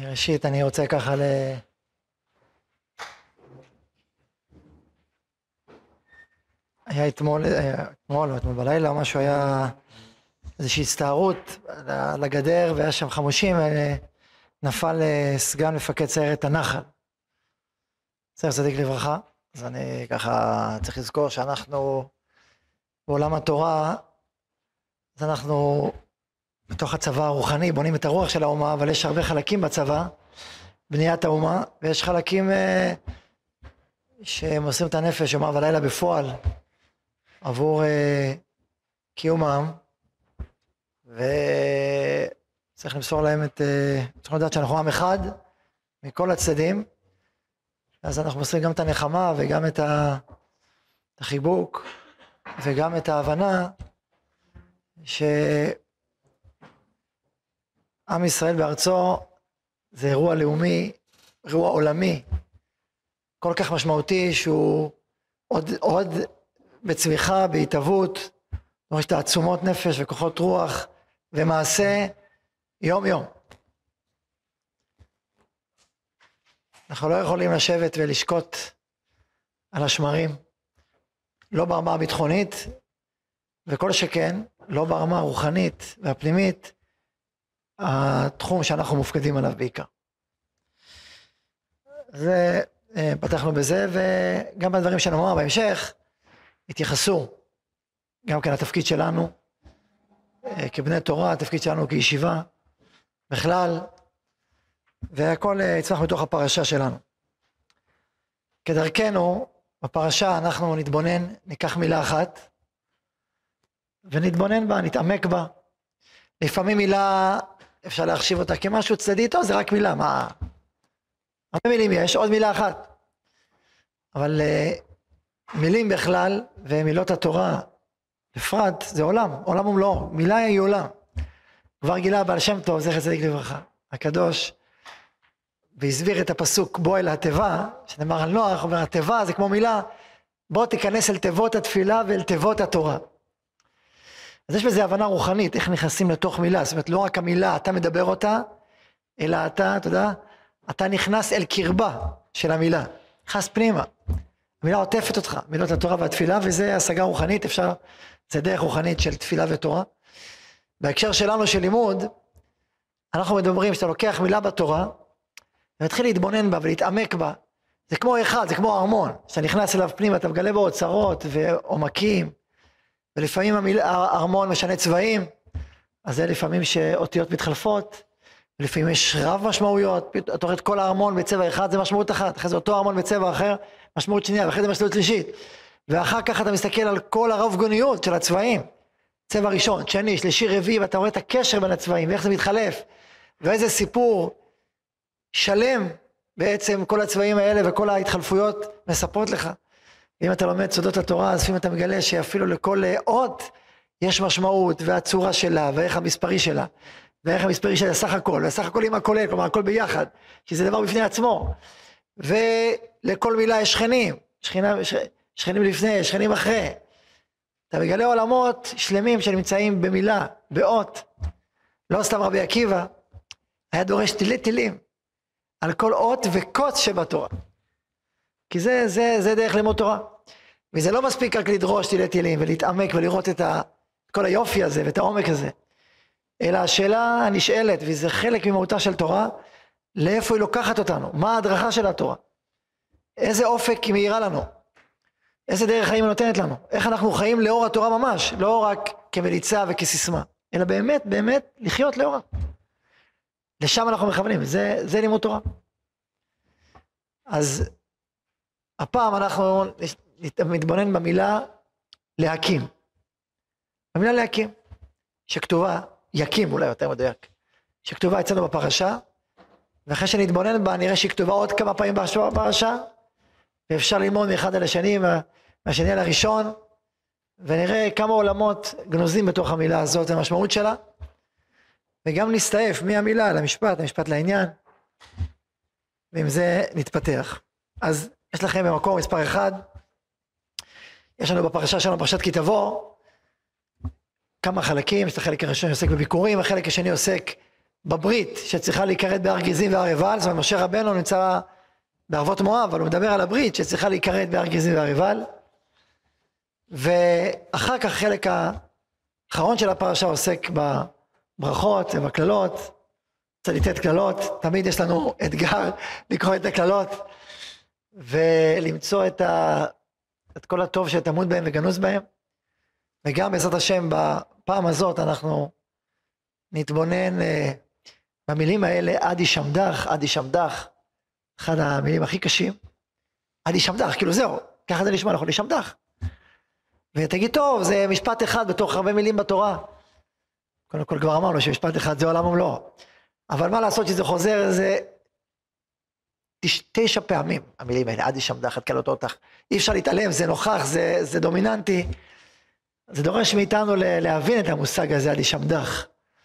ראשית, אני רוצה ככה היה אתמול בלילה, משהו היה איזושהי הסתערות על הגדר, והיה שם חמושים, נפל סגן מפקד סיירת הנחל. זכר צדיק לברכה. אז אני ככה צריך לזכור שאנחנו בעולם התורה, אז אנחנו בתוך הצבא הרוחני בונים את הרוח של האומה, אבל יש הרבה חלקים בצבא, בניית האומה, ויש חלקים שהם עושים את הנפש יומם ולילה בפועל עבור קיום העם, וצריך למסור להם צריך לדעת שאנחנו עם אחד מכל הצדדים, אז אנחנו מוסרים גם את הנחמה וגם את החיבוק וגם את ההבנה שעם ישראל בארצו זה אירוע לאומי, אירוע עולמי כל כך משמעותי, שהוא עוד בצמיחה, בהתהוות, יש תעצומות נפש וכוחות רוח ומעשה יום יום. אנחנו לא יכולים לשבת ולשקוט על השמרים, לא ברמה הביטחונית, וכל שכן לא ברמה הרוחנית והפנימית, התחום שאנחנו מופקדים עליו בעיקר. זה פתחנו בזה, וגם בדברים שנאמר בהמשך התייחסו גם כן התפקיד שלנו כבני תורה, התפקיד שלנו כישיבה בכלל, והכל יצמח מתוך הפרשה שלנו. כדרכנו בפרשה אנחנו נתבונן, ניקח מילה אחת ונתבונן בה, נתעמק בה. לפעמים מילה אפשר להחשיב אותה כמשהו צדדי, טוב זה רק מילה, מה? הרבה מילים יש, עוד מילה אחת. אבל מילים בכלל ומילות התורה בפרט זה עולם, עולם ומלואו, מילה היא עולם. כבר גילה בעל שם טוב, זכר צדיק לברכה, הקדוש, והסביר את הפסוק בוא אל התיבה, שנאמר על נוח, אומר התיבה זה כמו מילה, בוא תיכנס אל תיבות התפילה ואל תיבות התורה. אז יש בזה הבנה רוחנית, איך נכנסים לתוך מילה, זאת אומרת לא רק המילה, אתה מדבר אותה, אלא אתה יודע, אתה נכנס אל קרבה של המילה, נכנס פנימה. המילה עוטפת אותך, מילות התורה והתפילה, וזה השגה רוחנית, אפשר, זה דרך רוחנית של תפילה ותורה. בהקשר שלנו של לימוד, אנחנו מדברים שאתה לוקח מילה בתורה, ומתחיל להתבונן בה ולהתעמק בה, זה כמו אחד, זה כמו ארמון, שאתה נכנס אליו פנימה, אתה מגלה בו אוצרות ועומקים, ולפעמים הארמון משנה צבעים, אז זה לפעמים שאותיות מתחלפות, ולפעמים יש רב משמעויות, אתה רואה את כל הארמון בצבע אחד, זה משמעות אחת, אחרי זה אותו ארמון בצבע אחר, משמעות שנייה, ואחרי זה משמעות שלישית, ואחר כך אתה מסתכל על כל הרב גוניות של הצבעים, צבע ראשון, שני, שלישי, רביעי, ואתה רואה את הקשר בין הצבעים, ואיך זה מתחלף, ואיזה סיפור שלם, בעצם כל הצבעים האלה וכל ההתחלפויות מספרות לך. אם אתה לומד סודות התורה, אז לפעמים אתה מגלה שאפילו לכל אות יש משמעות, והצורה שלה, ואיך המספרי שלה, ואיך המספרי שלה סך הכל, והסך הכל עם הכולל, כלומר הכל ביחד, כי זה דבר בפני עצמו. ולכל מילה יש שכנים, שכנים לפני, שכנים אחרי. אתה מגלה עולמות שלמים שנמצאים במילה, באות. לא סתם רבי עקיבא, היה דורש תילי תילים, על כל אות וקוץ שבתורה. כי זה דרך לימוד תורה. וזה לא מספיק רק לדרוש תילי תילים ולהתעמק ולראות את כל היופי הזה ואת העומק הזה. אלא השאלה הנשאלת, וזה חלק ממהותה של תורה, לאיפה היא לוקחת אותנו? מה ההדרכה של התורה? איזה אופק היא מאירה לנו? איזה דרך חיים היא נותנת לנו? איך אנחנו חיים לאור התורה ממש? לא רק כמליצה וכסיסמה, אלא באמת, באמת לחיות לאורה. לשם אנחנו מכוונים, זה לימוד תורה. אז הפעם אנחנו מתבונן במילה להקים. במילה להקים, שכתובה, יקים אולי יותר מדויק, שכתובה אצלנו בפרשה, ואחרי שנתבונן בה נראה שהיא כתובה עוד כמה פעמים בפרשה, ואפשר ללמוד מאחד על השני, מהשני על הראשון, ונראה כמה עולמות גנוזים בתוך המילה הזאת, המשמעות שלה, וגם נסתעף מהמילה למשפט, המשפט לעניין, ועם זה נתפתח. אז יש לכם במקור מספר אחד, יש לנו בפרשה שלנו, פרשת כי תבוא, כמה חלקים, יש את החלק הראשון שעוסק בביקורים, החלק השני עוסק בברית שצריכה להיקראת בהר גזים והר עיבל, זאת אומרת משה רבנו נמצא בערבות מואב, אבל הוא מדבר על הברית שצריכה להיקראת בהר גזים והר עיבל, ואחר כך חלק האחרון של הפרשה עוסק בברכות ובקללות, צליטת קללות, תמיד יש לנו אתגר לקרוא את הקללות, ולמצוא את כל הטוב שטמון בהם וגנוז בהם, וגם בעזרת השם בפעם הזאת אנחנו נתבונן במילים האלה, עד ישמדך, עד ישמדך, אחד המילים הכי קשים, עד ישמדך, כאילו זהו, ככה זה נשמע, נכון, ישמדך. ותגיד, טוב, זה משפט אחד בתוך הרבה מילים בתורה. קודם כל כבר אמרנו שמשפט אחד זה עולם ומלואו. אבל מה לעשות שזה חוזר, זה 9 פעמים, המילים האלה, עד ישמדך, עד קללות אותך. אי אפשר להתעלם, זה נוכח, זה דומיננטי. זה דורש מאיתנו להבין את המושג הזה, עד ישמדך.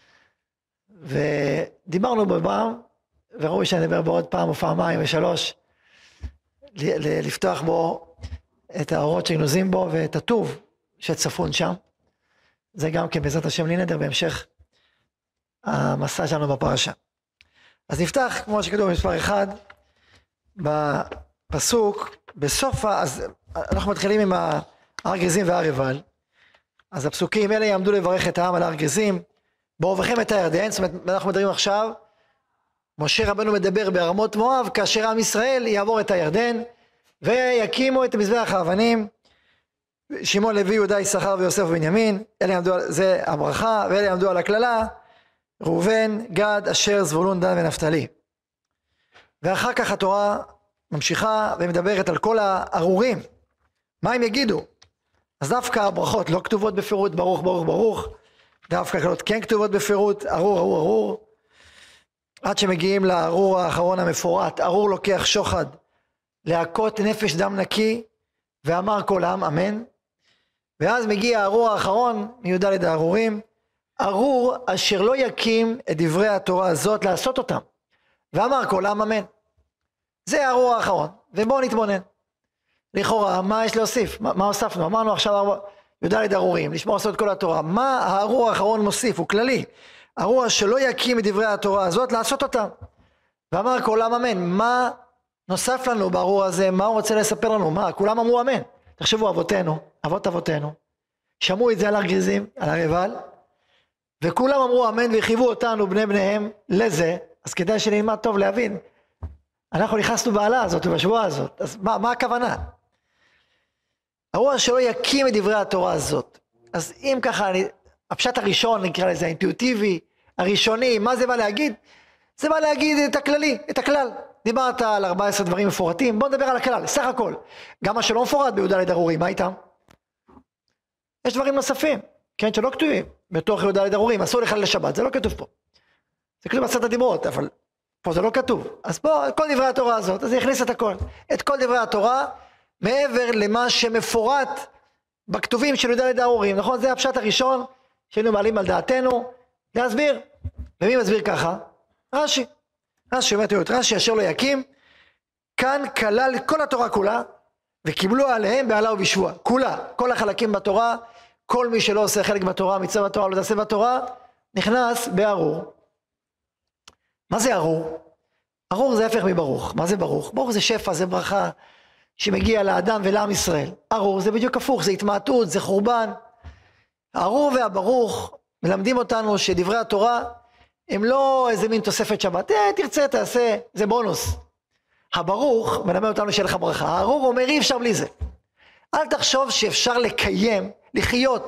ודיברנו בו פעם, וראוי שנדבר בו עוד פעם או פעמיים ושלוש, לפתוח בו את האורות שגנוזים בו ואת הטוב שצפון שם. זה גם כן בעזרת השם נדבר בהמשך המסע שלנו בפרשה. אז נפתח כמו שכתוב במספר 1 בפסוק, בסוף, אז אנחנו מתחילים עם הר גזים והר עיבל. אז הפסוקים אלה יעמדו לברך את העם על הר גזים, בעורבכם את הירדן. זאת אומרת, אנחנו מדברים עכשיו, משה רבנו מדבר ברמות מואב, כאשר עם ישראל יעבור את הירדן, ויקימו את מזבח האבנים, שמעון לוי יהודה יששכר ויוסף ובנימין, אלה יעמדו, זה הברכה, ואלה יעמדו על הכללה, ראובן, גד, אשר, זבולון, דן ונפתלי. ואחר כך התורה ממשיכה ומדברת על כל הארורים, מה הם יגידו? אז דווקא הברכות לא כתובות בפירוט, ברוך ברוך ברוך, דווקא הקללות כן כתובות בפירוט, ארור ארור ארור, עד שמגיעים לארור האחרון המפורט, ארור לוקח שוחד, להכות נפש דם נקי, ואמר כל העם אמן. ואז מגיע הארור האחרון, מי"ד הארורים, ארור אשר לא יקים את דברי התורה הזאת לעשות אותם, ואמר כל העם אמן. זה הארור האחרון, ובואו נתבונן. לכאורה, מה יש להוסיף? מה הוספנו? אמרנו עכשיו י"ד ארורים, לשמור לעשות כל התורה. מה הארור האחרון מוסיף? הוא כללי. ארור שלא יקים את דברי התורה הזאת לעשות אותם, ואמר כל העם אמן. מה נוסף לנו בארור הזה? מה הוא רוצה לספר לנו? מה? כולם אמרו אמן. תחשבו, אבותינו, אבות אבותינו, שמעו את זה על הר גזים, על הר עיבל, וכולם אמרו אמן וחייבו אותנו בני בניהם לזה. אז כדאי שנלמד טוב להבין. אנחנו נכנסנו בעלה הזאת ובשבועה הזאת. אז מה הכוונה? ארור שלא יקים את דברי התורה הזאת. אז אם ככה, הפשט הראשון נקרא לזה, האינטואיטיבי, הראשוני, מה זה בא להגיד? זה בא להגיד את הכללי, את הכלל. דיברת על 14 דברים מפורטים, בוא נדבר על הכלל, סך הכל. גם מה שלא מפורט בי"ד ארורים, מה איתם? יש דברים נוספים, כן, שלא כתובים בתוך י"ד ארורים, אסור לחלל לשבת, זה לא כתוב פה. זה כתוב בעשרת הדיברות, אבל פה זה לא כתוב. אז פה, כל דברי התורה הזאת, אז זה הכניס את הכל. את כל דברי התורה, מעבר למה שמפורט בכתובים של י"ד ארורים, נכון? זה הפשט הראשון שהיינו מעלים על דעתנו, להסביר. ומי מסביר ככה? רש"י. רש"י אומר תראו, רש"י אשר לא יקים, כאן כלל כל התורה כולה, וקיבלו עליהם בעלה ובשבוע. כולה, כל החלקים בתורה, כל מי שלא עושה חלק בתורה, מצווה בתורה, לא תעשה בתורה, נכנס בארור. מה זה ארור? ארור זה הפך מברוך. מה זה ברוך? ברוך זה שפע, זה ברכה שמגיע לאדם ולעם ישראל. ארור זה בדיוק הפוך, זה התמעטות, זה חורבן. הארור והברוך מלמדים אותנו שדברי התורה הם לא איזה מין תוספת שבת, תרצה תעשה, זה בונוס. הברוך מלמד אותנו שיהיה לך ברכה, הארור אומר אי אפשר בלי זה. אל תחשוב שאפשר לקיים, לחיות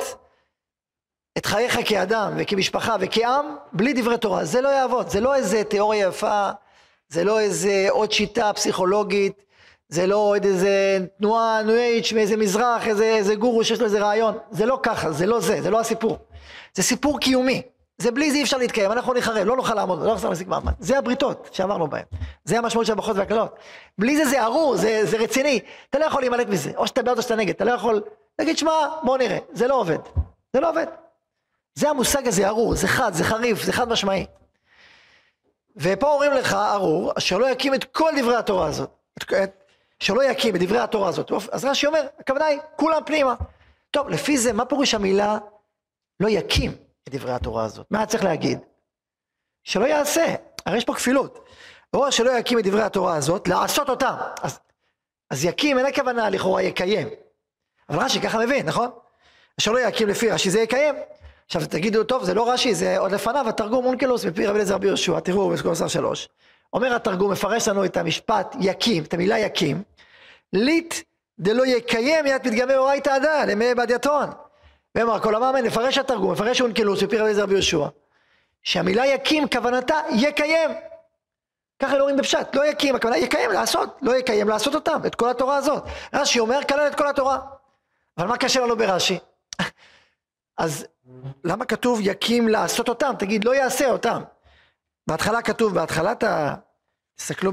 את חייך כאדם וכמשפחה וכעם בלי דברי תורה, זה לא יעבוד, זה לא איזה תיאוריה יפה, זה לא איזה עוד שיטה פסיכולוגית, זה לא עוד איזה תנועה ניו-אייג' מאיזה מזרח, איזה גורו שיש לו איזה רעיון, זה לא ככה, זה לא זה, זה לא הסיפור. זה סיפור קיומי, זה בלי זה אי אפשר להתקיים, אנחנו נחרב, לא נוכל לעמוד, לא נוכל להשיג מעמד. זה הבריתות שאמרנו בהם, זה המשמעות של הברכות והקללות. בלי זה זה ארור, זה רציני, אתה לא יכול להימלט מזה, או שאתה בעד או שאתה נגד, אתה לא יכול להגיד שמע, בוא נראה, זה לא עובד, זה לא עובד. זה המושג הזה ארור, זה חד, זה חריף, זה חד משמעי. ופה אומרים לך ארור, אשר לא יקים את כל דברי התורה הזאת, שלא יקים את דברי התורה הזאת. אז רש"י אומר, הכוונה היא, כולם פנימה. טוב, לפי זה, מה פירוש המילה לא יקים את דברי התורה הזאת? מה צריך להגיד? שלא יעשה, הרי יש פה כפילות. או שלא יקים את דברי התורה הזאת, לעשות אותם. אז יקים, אין הכוונה לכאורה יקיים. אבל רש"י ככה מבין, נכון? שלא יקים לפי רש"י זה יקיים. עכשיו תגידו, טוב, זה לא רש"י, זה עוד לפניו, התרגום אונקלוס מפי רבי אליעזר רבי יהושע, תראו באשכול 3. אומר התרגום, מפרש לנו את המשפט יקים, את המילה יקים, ליט דלא יקיים יד פתגמי אורייתא הדא, למי בדיאטון. ואמר, כל המאמן, מפרש התרגום, מפרש אונקלוס מפי רבי אליעזר רבי יהושע, שהמילה יקים כוונתה יקיים. ככה לא רואים בפשט, לא יקים, הכוונה יקיים לעשות, לא יקיים לעשות אותם, את כל התורה הזאת. רש"י אומר, כלל את כל התורה. אבל מה קשה לנו ברש"י? אז למה כתוב יקים לעשות אותם? תגיד, לא יעשה אותם. בהתחלה כתוב, תסתכלו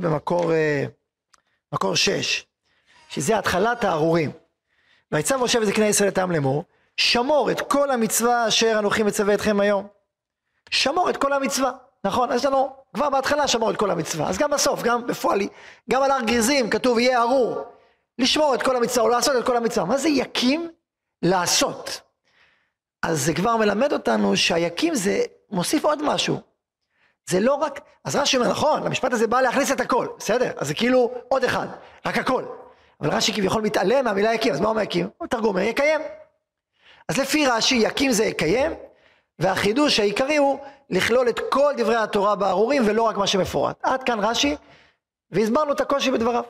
במקור 6, שזה התחלת הארורים. ויצב משה וזקני ישראל את העם לאמור, שמור את כל המצווה אשר אנוכי מצווה אתכם היום. שמור את כל המצווה. נכון, אז לנו כבר בהתחלה שמור את כל המצווה, אז גם בסוף, גם בפועל, גם על הר גריזים כתוב יהיה ארור, לשמור את כל המצווה או לעשות את כל המצווה. מה זה יקים? לעשות. אז זה כבר מלמד אותנו שהיקים זה מוסיף עוד משהו. זה לא רק, אז רש"י אומר נכון, המשפט הזה בא להכניס את הכל, בסדר? אז זה כאילו עוד אחד, רק הכל. אבל רש"י כביכול מתעלם מהמילה יקים, אז מה אומר יקים? הוא תרגום, יקיים. אז לפי רש"י יקים זה יקיים, והחידוש העיקרי הוא לכלול את כל דברי התורה בארורים ולא רק מה שמפורט. עד כאן רש"י, והסברנו את הקושי בדבריו.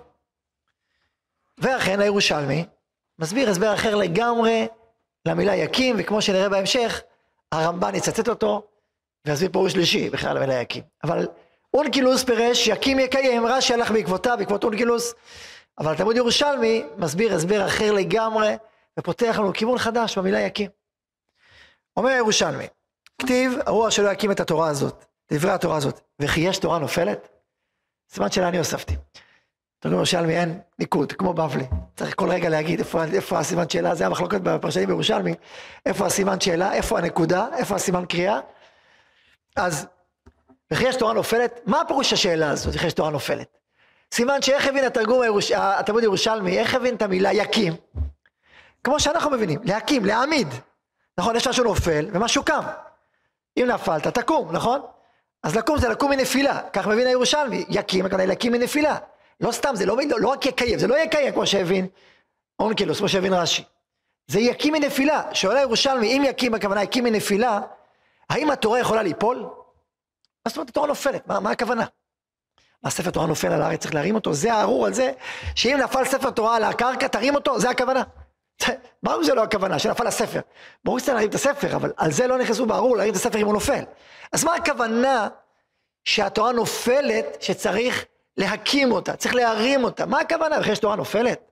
ואכן הירושלמי מסביר הסבר אחר לגמרי למילה יקים, וכמו שנראה בהמשך, הרמב"ן יצטט אותו, ויסביר פירוש שלישי בכלל למילה יקים. אבל אונקילוס פירש יקים יקיים, רש"י הלך בעקבותיו, בעקבות אונקילוס, אבל תלמוד ירושלמי מסביר הסבר אחר לגמרי, ופותח לנו כיוון חדש במילה יקים. אומר ירושלמי, כתיב, הרוח שלא יקים את התורה הזאת, דברי התורה הזאת, וכי יש תורה נופלת? סימן שאלה אני הוספתי. תרגום ירושלמי אין ניקוד, כמו בבלי. צריך כל רגע להגיד איפה הסימן שאלה, זה המחלוקת בפרשנים בירושלמי, איפה הסימן שאלה, איפה הנקודה, איפה הסימן קריאה. אז, וכי יש תורה נופלת? מה הפירוש השאלה הזאת, וכי יש תורה נופלת? סימן שאיך הבין התלמוד ירושלמי, איך הבין את המילה יקים? כמו שאנחנו מבינים, להקים, להעמיד. נכון, יש משהו נופל ומשהו קם. אם נפלת, תקום, נכון? אז לקום זה לקום מנפילה, כך מבין הירושלמי, יקים, הכוונה להקים מנפילה. לא סתם, זה לא רק יקיים, זה לא יקיים כמו שהבין אונקלוס, כמו שהבין רש"י. זה יקים מנפילה, שואל הירושלמי, אם יקים, הכוונה יקים מנפילה, האם התורה יכולה ליפול? מה זאת אומרת, התורה נופלת, מה הכוונה? מה ספר תורה נופל על הארץ, צריך להרים אותו, זה הארור על זה, שאם נפל ספר תורה על הקרקע, תרים אותו, זה הכוונה. ברור זה לא הכוונה, שנפל הספר. ברור שצריך להרים את הספר, אבל על זה לא נכנסו בארור, להרים את הספר אם הוא נופל. אז מה הכוונה שהתורה נופלת, שצריך להקים אותה, צריך להרים אותה? מה הכוונה? וכי יש תורה נופלת?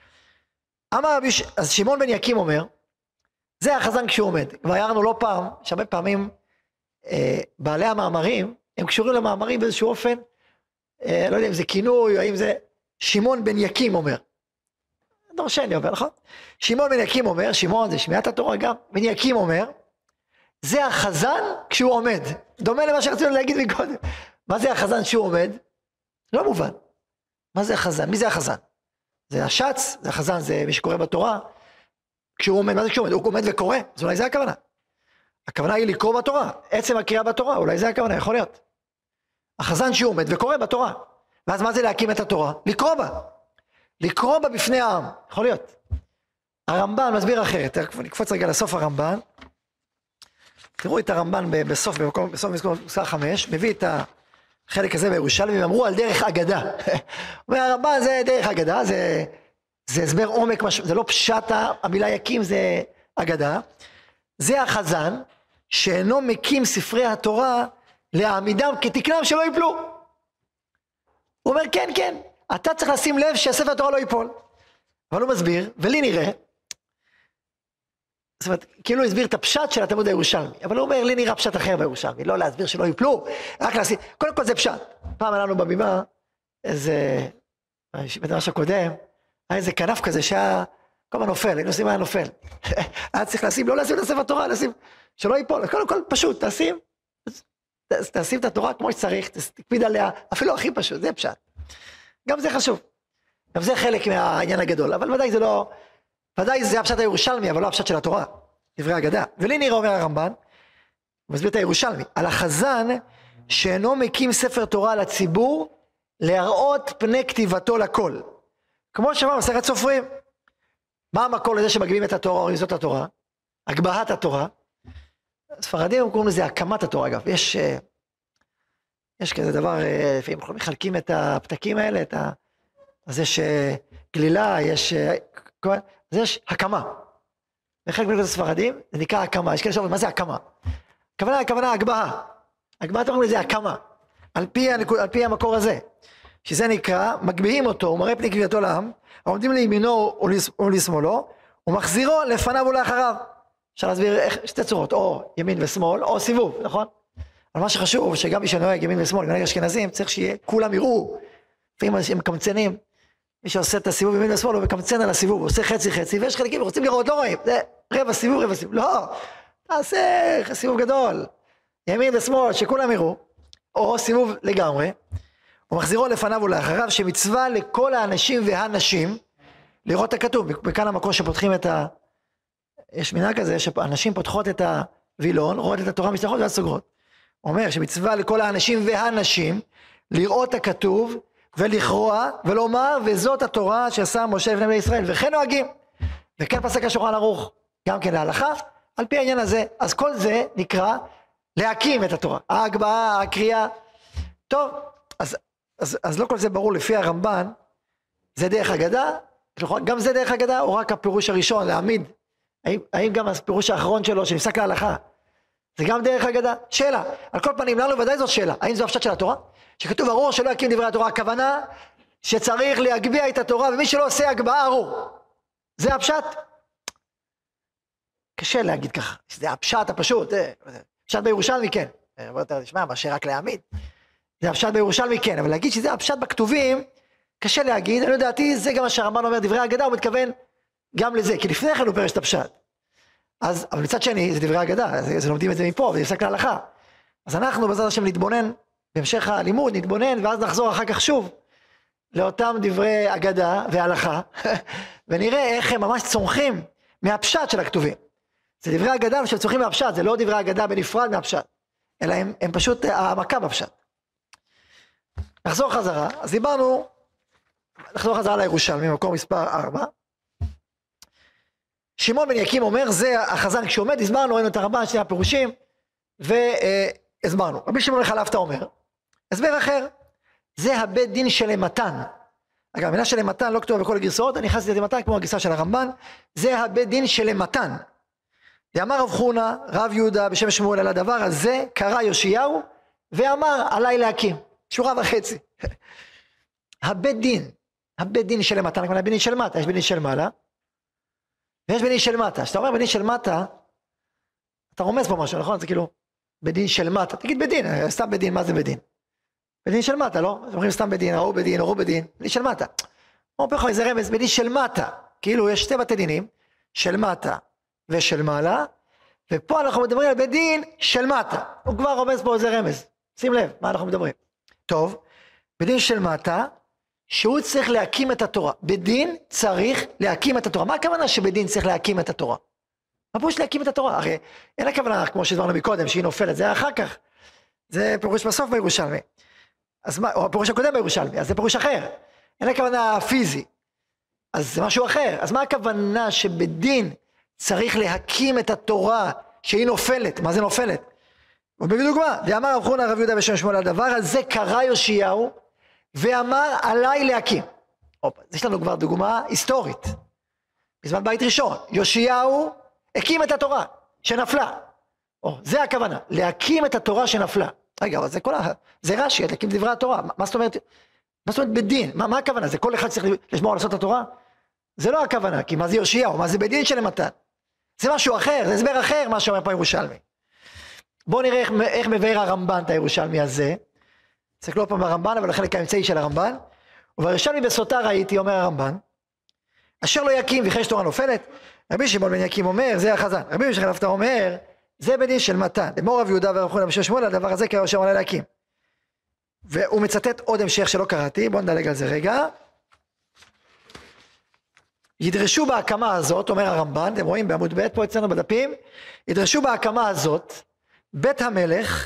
אז שמעון בן יקים אומר, זה החזן כשהוא עומד. כבר הערנו לא פעם, שהרבה פעמים בעלי המאמרים, הם קשורים למאמרים באיזשהו אופן, לא יודע אם זה כינוי, או אם זה שמעון בן יקים אומר. דורשני אומר, נכון? שמעון בן יקים אומר, שמעון זה שמיעת התורה גם, בן יקים אומר, זה החזן כשהוא עומד. דומה למה שרצינו להגיד מקודם. מה זה החזן כשהוא עומד? לא מובן. מה זה החזן? מי זה החזן? זה השץ, זה החזן, זה מי שקורא בתורה. כשהוא עומד, מה זה כשהוא עומד? הוא עומד וקורא, אז אולי זה הכוונה. הכוונה היא לקרוא בתורה, עצם הקריאה בתורה, אולי זה הכוונה, יכול להיות. החזן שהוא עומד וקורא בתורה. ואז מה זה להקים את התורה? לקרוא בה. לקרוא בה בפני העם, יכול להיות. הרמב"ן מסביר אחרת, נקפוץ רגע לסוף הרמב"ן. תראו את הרמב"ן בסוף מספר 5, מביא את החלק הזה בירושלמי, הם אמרו על דרך אגדה. אומר הרמב"ן זה דרך אגדה, זה הסבר עומק, זה לא פשט המילה יקים, זה אגדה. זה החזן שאינו מקים ספרי התורה להעמידם כתקנם שלא ייפלו. הוא אומר כן, כן, אתה צריך לשים לב שהספר התורה לא ייפול. אבל הוא מסביר, ולי נראה, זאת אומרת, כאילו הוא הסביר את הפשט של התלמוד הירושלמי, אבל הוא אומר, לי נראה פשט אחר בירושלמי, לא להסביר שלא ייפלו, רק להסביר, קודם כל זה פשט. פעם עלינו בבימה, איזה, בדרש הקודם, היה איזה כנף כזה שהיה כל הזמן נופל, היינו עושים היה נופל. היה צריך לשים, לא לשים את הספר התורה, לשים, שלא ייפול, קודם כל פשוט, תשים את התורה כמו שצריך, תקפיד עליה, אפילו הכי פשוט, זה פשט. גם זה חשוב, גם זה חלק מהעניין הגדול, אבל ודאי זה לא, ודאי זה הפשט הירושלמי, אבל לא הפשט של התורה, דברי אגדה. ולי נראה אומר הרמב"ן, הוא מסביר את הירושלמי, על החזן שאינו מקים ספר תורה לציבור, להראות פני כתיבתו לכל. כמו שאמר מסכת סופרים. מה המקור לזה שמגביהים את התורה או זאת התורה? הגבהת התורה. ספרדים קוראים לזה הקמת התורה, אגב. יש כזה דבר, לפעמים מחלקים את הפתקים האלה, אז יש גלילה, יש הקמה. וחלק מלכות הספרדים, זה נקרא הקמה. יש כאלה שאומרים, מה זה הקמה? הכוונה הגבהה. הגבהת אומרים לזה הקמה. על פי המקור הזה. שזה נקרא, מגביהים אותו, הוא מראה פני כתיבתו לעם, עומדים לימינו או לשמאלו, ומחזירו לפניו ולאחריו. אפשר להסביר שתי צורות, או ימין ושמאל, או סיבוב, נכון? אבל מה שחשוב, שגם מי שנוהג ימין ושמאל, מנהג אשכנזים, צריך שיהיה, כולם יראו. לפעמים הם מקמצנים, מי שעושה את הסיבוב ימין ושמאל, הוא מקמצן על הסיבוב, הוא עושה חצי, ויש חלקים, רוצים לראות, לא רואים, זה רבע סיבוב, לא, תעשה סיבוב גדול, ימין ושמאל, שכולם יראו, או סיבוב לגמרי, ומחזירו לפניו ולאחריו, שמצווה לכל האנשים והנשים, לראות את הכתוב, בכאן המקור שפותחים יש מנהג כזה, שאנשים פותחות את הווילון, רואות את התורה משתחות ואז סוגרות. אומר שמצווה לכל האנשים והנשים, לראות הכתוב, ולכרוע, ולומר, וזאת התורה שעשה משה לפני בני ישראל, וכן נוהגים, וכן פסק השולחן ערוך, גם כן להלכה, על פי העניין הזה. אז כל זה נקרא להקים את התורה, ההגבהה, הקריאה. טוב, אז לא כל זה ברור לפי הרמב"ן, זה דרך אגדה, גם זה דרך אגדה, או רק הפירוש הראשון, להעמיד, האם גם הפירוש האחרון שלו, שנפסק להלכה, זה גם דרך אגדה? שאלה. על כל פנים, לנו ודאי זאת שאלה. האם זו הפשט של התורה? שכתוב ארור שלא יקים דברי התורה, הכוונה שצריך להגביה את התורה, ומי שלא עושה הגבהה ארור. זה הפשט? קשה להגיד ככה. זה הפשט הפשוט. הפשט בירושלמי כן. בוא יותר נשמע, מה שרק להעמיד. זה הפשט בירושלמי כן, אבל להגיד שזה הפשט בכתובים, קשה להגיד. אני יודעתי, זה גם מה שהרמב"ן אומר, דברי אגדה, הוא מתכוון גם לזה, כי לפני כן הוא פירש את הפשט. אבל מצד שני, זה דברי אגדה, זה לומדים את זה מפה, וזה יפסק להלכה. אז אנחנו בעזרת השם נתבונן, בהמשך הלימוד נתבונן, ואז נחזור אחר כך שוב, לאותם דברי אגדה והלכה, ונראה איך הם ממש צומחים מהפשט של הכתובים. זה דברי אגדה שצומחים מהפשט, זה לא דברי אגדה בנפרד מהפשט, אלא הם פשוט העמקה בפשט. נחזור חזרה, אז דיברנו, נחזור חזרה לירושלמי, מקור מספר 4, שמעון בן יקים אומר, זה החזן כשעומד, הסברנו, ראינו את הרמב"ן, שני הפירושים, והסברנו. רבי שמעון חלפתא אומר, הסבר אחר, זה הבית דין של מתן. אגב, המילה של מתן לא כתובה בכל הגרסאות, אני נכנסתי למתן כמו הגרסה של הרמב"ן, זה הבית דין של מתן. ואמר רב חונה, רב יהודה בשם שמואל על הדבר הזה, קרא יאשיהו, ואמר עליי להקים. שורה וחצי. הבית דין של מתן, כמו הבית דין של מטה, יש בית דין של מעלה, ויש בית דין של מטה. כשאתה אומר בית דין של מטה, אתה רומז פה משהו, נכון? זה כאילו, בית דין של מטה. תגיד בית דין, סתם בית דין, מה זה בית דין? בית דין של מטה, לא? אומרים סתם בית דין, ראו בית דין, בית דין של מטה. אומר פה איזה רמז, בית דין של מטה. כאילו יש שתי בתי דינים, של מטה ושל מעלה, ופה אנחנו מדברים על בית דין של מטה. הוא כבר רומז פה איזה רמז. שים לב, מה אנחנו מדברים. טוב, בית דין של מטה, שהוא צריך להקים את התורה. בדין צריך להקים את התורה. מה הכוונה שבדין צריך להקים את התורה? מה פירוש להקים את התורה? הרי אין הכוונה, כמו שדברנו מקודם, שהיא נופלת, זה אחר כך. זה פירוש בסוף בירושלמי. אז מה, או הפירוש הקודם בירושלמי, אז זה פירוש אחר. אין הכוונה פיזי. אז זה משהו אחר. אז מה הכוונה שבדין צריך להקים את התורה שהיא נופלת? מה זה נופלת? ובדוגמה, ואמר רב חונה רב יהודה בשם שמואל על הדבר הזה, קרא יאשיהו, ואמר עליי להקים. יש לנו כבר דוגמה היסטורית. בזמן בית ראשון, יאשיהו הקים את התורה שנפלה. זה הכוונה, להקים את התורה שנפלה. רגע, אבל זה רש"י, להקים דברי התורה. מה זאת אומרת בדין? מה הכוונה? זה כל אחד צריך לשמור על לעשות את התורה? זה לא הכוונה, כי מה זה יאשיהו? מה זה בדין של מתן? זה משהו אחר, זה הסבר אחר מה שאומר פה ירושלמי. בואו נראה איך מבאר הרמב"ן את הירושלמי הזה. צריך לא פעם ברמב"ן, אבל החלק האמצעי של הרמב"ן. ובירושלמי בסוטה ראיתי, אומר הרמב"ן, אשר לא יקים וכי יש תורה נופלת. רבי שמעון בן יקים אומר, זה החזן. רבי ישי חלפתא אומר, זה בדין של מתן. לאמור רב יהודה ורב חונה בשם שמואל, הדבר הזה קרא יאשיהו עליי להקים. והוא מצטט עוד המשך שלא קראתי, בואו נדלג על זה רגע. ידרשו בהקמה הזאת, אומר הרמב"ן, אתם רואים בעמוד ב' פה אצלנו בדפים, ידרשו בהקמה הזאת, בית המלך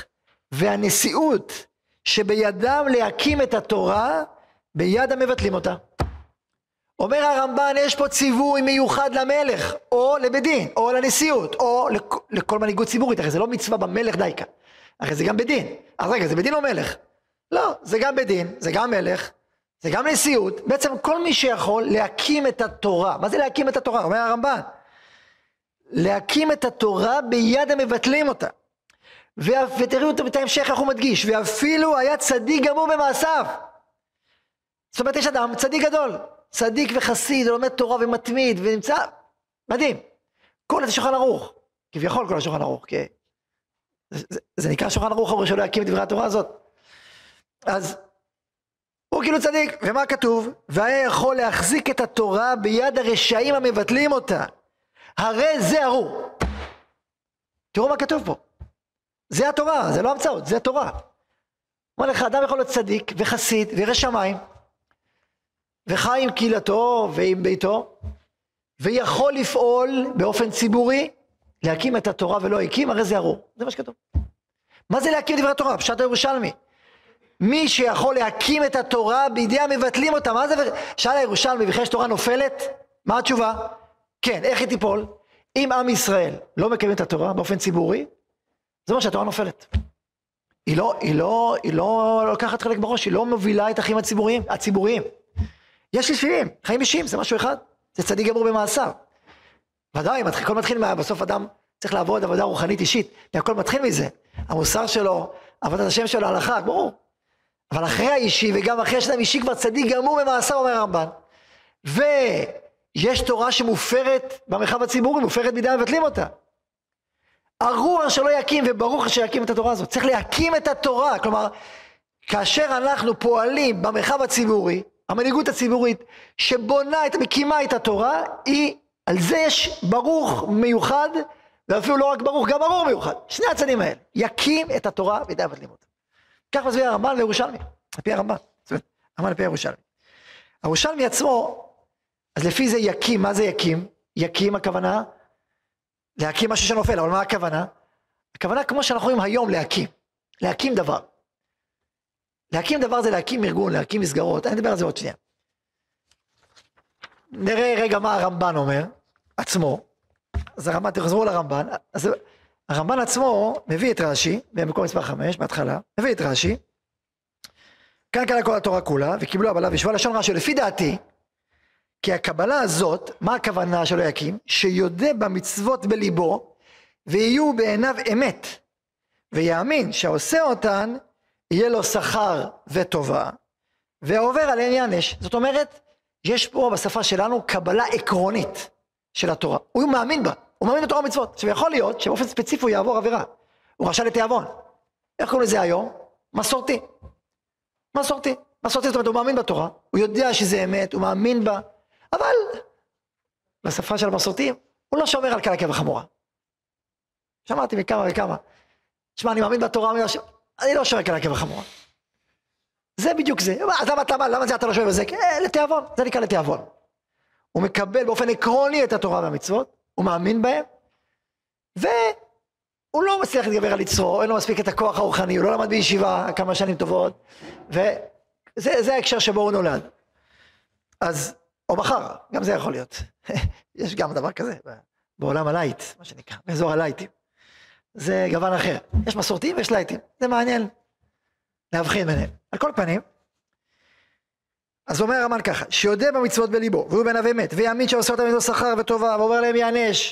והנשיאות שבידם להקים את התורה, ביד המבטלים אותה. אומר הרמב"ן, יש פה ציווי מיוחד למלך, או לבית דין, או לנשיאות, או לכל מנהיגות ציבורית. הרי זה לא מצווה במלך דייקה, הרי זה גם בית דין. אז רגע, זה בית דין או מלך? לא, זה גם בית דין, זה גם מלך, זה גם נשיאות. בעצם כל מי שיכול להקים את התורה. מה זה להקים את התורה? אומר הרמב"ן, להקים את התורה ביד המבטלים אותה. ותראו אותו את ההמשך, איך הוא מדגיש, ואפילו היה צדיק גמור במעשיו. זאת אומרת, יש אדם צדיק גדול, צדיק וחסיד, לומד תורה ומתמיד, ונמצא, מדהים. כל זה שולחן ערוך, כביכול כל השולחן ערוך, כי זה נקרא שולחן ערוך, אבל שלא יקים את דברי התורה הזאת. אז הוא כאילו צדיק, ומה כתוב? והיה יכול להחזיק את התורה ביד הרשעים המבטלים אותה. הרי זה ארור. תראו מה כתוב פה. זה התורה, זה לא המצאות, זה התורה. אומר לך, אדם יכול להיות צדיק וחסיד וירא שמיים, וחי עם קהילתו ועם ביתו, ויכול לפעול באופן ציבורי, להקים את התורה ולא הקים, הרי זה ארור. זה מה שכתוב. מה זה להקים דברי התורה? פשט הירושלמי. מי שיכול להקים את התורה בידי המבטלים אותה, מה זה? שאל הירושלמי, וכי יש תורה נופלת? מה התשובה? כן, איך היא תיפול? אם עם ישראל לא מקיים את התורה באופן ציבורי, זה אומר שהתורה נופלת. היא לא לוקחת חלק בראש, היא לא מובילה את החיים הציבוריים. יש לפעמים, חיים אישיים, זה משהו אחד, זה צדיק גמור במעשיו. ודאי, הכל מתחיל בסוף אדם צריך לעבוד עבודה רוחנית אישית, והכל מתחיל מזה. המוסר שלו, עבודת השם שלו, ההלכה, ברור. אבל אחרי האישי, וגם אחרי שאדם אישי כבר צדיק גמור במעשיו, אומר הרמב"ן. ויש תורה שמופרת במרחב הציבורי, מופרת בידי המבטלים אותה. ארור שלא יקים, וברוך שיקים את התורה הזאת. צריך להקים את התורה, כלומר, כאשר אנחנו פועלים במרחב הציבורי, המנהיגות הציבורית שבונה מקימה את התורה, על זה יש ברוך מיוחד, ואפילו לא רק ברוך, גם ברור מיוחד. שני הצדדים האלה, יקים את התורה בידי המבטלים אותה. כך מסביר הרמב"ן לירושלמי, על פי הרמב"ן, הרמב"ן על פי הירושלמי. הירושלמי עצמו, אז לפי זה יקים, מה זה יקים? יקים הכוונה, להקים משהו שנופל, אבל מה הכוונה? הכוונה כמו שאנחנו רואים היום להקים דבר. להקים דבר זה להקים ארגון, להקים מסגרות, אני אדבר על זה עוד שנייה. נראה רגע מה הרמב"ן אומר, עצמו, אז הרמב"ן, תחזרו לרמב"ן, אז הרמב"ן עצמו מביא את רש"י, במקום מספר 5, בהתחלה, מביא את רש"י, כאן קרא כל התורה כולה, וקיבלו הבלה וישבו לשון רש"י, לפי דעתי, כי הקבלה הזאת, מה הכוונה שלא יקים? שיודע במצוות בליבו, ויהיו בעיניו אמת, ויאמין שהעושה אותן, יהיה לו שכר וטובה, ועובר עליהם יענש. זאת אומרת, יש פה בשפה שלנו קבלה עקרונית של התורה. הוא מאמין בה, הוא מאמין בתורה ומצוות. עכשיו יכול להיות שבאופן ספציפי הוא יעבור עבירה. הוא רשע לתיאבון. איך קוראים לזה היום? מסורתי. זאת אומרת, הוא מאמין בתורה, הוא יודע שזה אמת, הוא מאמין בה, אבל בשפה של המסורתיים, הוא לא שומר על קלה כבחמורה. שמעתי מכמה וכמה. שמע, אני מאמין בתורה, אני לא שומר קלה כבחמורה. זה בדיוק זה. אז למה זה אתה לא שומר בזה? לתיאבון, זה נקרא לתיאבון. הוא מקבל באופן עקרוני את התורה והמצוות, הוא מאמין בהם, והוא לא מצליח להתגבר על יצרו, אין לו מספיק את הכוח הרוחני, הוא לא למד בישיבה כמה שנים טובות, וזה ההקשר שבו הוא נולד. אז, או מחר, גם זה יכול להיות. יש גם דבר כזה, בעולם הלייט, מה שנקרא, באזור הלייטים. זה גוון אחר. יש מסורתיים ויש לייטים. זה מעניין להבחין ביניהם. על כל פנים, אז אומר הרמב"ן ככה, שיודע במצוות בליבו, והוא בעיניו אמת, ויאמין שעושה אותם איתו שכר וטובה, ואומר להם יענש.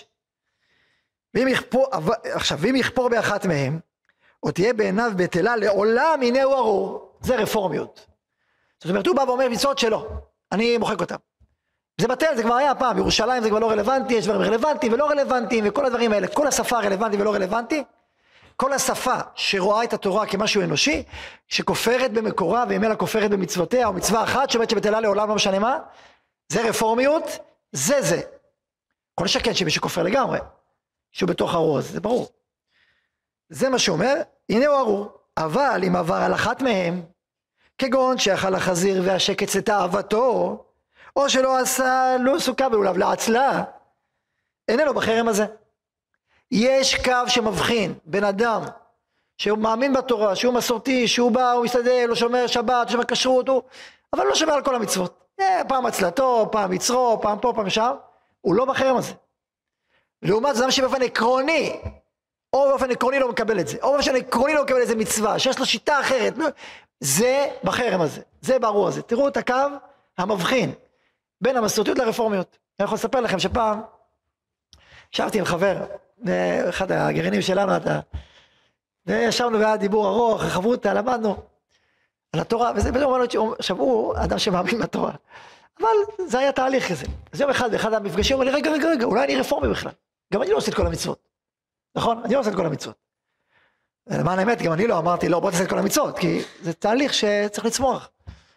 ואם יכפור באחת מהם, או תהיה בעיניו בטלה לעולם, הנה הוא ארור. זה רפורמיות. זאת אומרת, הוא בא ואומר מצוות שלו, אני מוחק אותם. זה בטל, זה כבר היה פעם, ירושלים זה כבר לא רלוונטי, יש דברים רלוונטיים ולא רלוונטיים, וכל הדברים האלה, כל השפה רלוונטית ולא רלוונטי, כל השפה שרואה את התורה כמשהו אנושי, שכופרת במקורה, ואימלה כופרת במצוותיה, או מצווה אחת שבאת שבטלה לעולם לא משנה מה, זה רפורמיות, זה. כל שכן שמי שכופר לגמרי, שהוא בתוך ארור, זה ברור. זה מה שאומר, הנה הוא ארור, אבל אם עבר על אחת מהם, כגון שאכל החזיר והשקץ את אהבתו, או שלא עשה לא סוכה בלולב לעצלה, איננו בחרם הזה. יש קו שמבחין בין אדם שהוא מאמין בתורה, שהוא מסורתי, שהוא בא, הוא מסתדל, הוא שומר שבת, הוא שומר כשרות, אבל הוא לא שומר על כל המצוות. פעם הצלתו, פעם יצרו, פעם פה, פעם שם, הוא לא בחרם הזה. לעומת זה, שבאופן עקרוני, או באופן עקרוני לא מקבל את זה, או באופן עקרוני לא מקבל איזה מצווה, שיש לו שיטה אחרת, זה בחרם הזה, זה ברור הזה. תראו את הקו המבחין בין המסורתיות לרפורמיות. אני יכול לספר לכם שפעם, ישבתי עם חבר, אחד הגרעינים שלנו, וישבנו והיה דיבור ארוך, חברותא, למדנו על התורה, וזה בדיוק אומר לו, עכשיו הוא אדם שמאמין בתורה, אבל זה היה תהליך כזה. אז יום אחד, באחד המפגשים, הוא אומר לי, רגע, אולי אני רפורמי בכלל. גם אני לא עושה את כל המצוות. נכון? אני לא עושה את כל המצוות. למען האמת, גם אני לא אמרתי, לא, בוא תעשה את כל המצוות, כי זה תהליך שצריך לצמוח.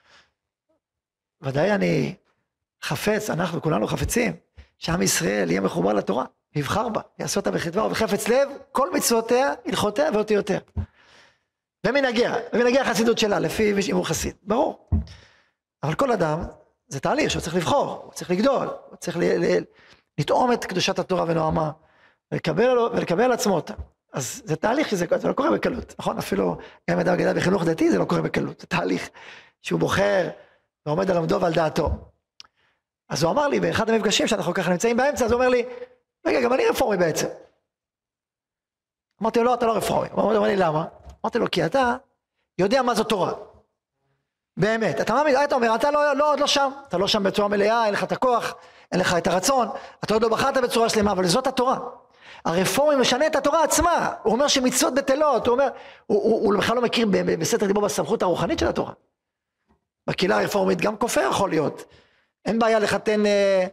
ודאי אני חפץ, אנחנו כולנו חפצים, שעם ישראל יהיה מחובר לתורה, יבחר בה, יעשה אותה בחדווה ובחפץ לב, כל מצוותיה, הלכותיה ואותיותיה. ומנהגיה החסידות שלה, לפי אם הוא חסיד, ברור. אבל כל אדם, זה תהליך שהוא צריך לבחור, הוא צריך לגדול, הוא צריך לטעום את קדושת התורה ונועמה, ולקבל על עצמו אותה. אז זה תהליך שזה לא קורה בקלות, נכון? אפילו גם אדם גדל בחינוך דתי, זה לא קורה בקלות. זה תהליך שהוא בוחר ועומד על עמדו ועל דעתו. אז הוא אמר לי, באחד המפגשים שאנחנו ככה נמצאים באמצע, אז הוא אומר לי, רגע, גם אני רפורמי בעצם. אמרתי לו, לא, אתה לא רפורמי. הוא אומר לי, למה? אמרתי לו, כי אתה יודע מה זו תורה. באמת. אתה מאמין, אתה אומר, אתה עוד לא שם. אתה לא שם בצורה מלאה, אין לך את הכוח, אין לך את הרצון, אתה עוד לא בחרת בצורה שלמה, אבל זאת התורה. הרפורמי משנה את התורה עצמה. הוא אומר שמצוות בטלות, הוא אומר, הוא בכלל לא מכיר בסתר דיבור בסמכות הרוחנית של התורה. בקהילה הרפורמית גם כופר יכול להיות. אין בעיה לחתן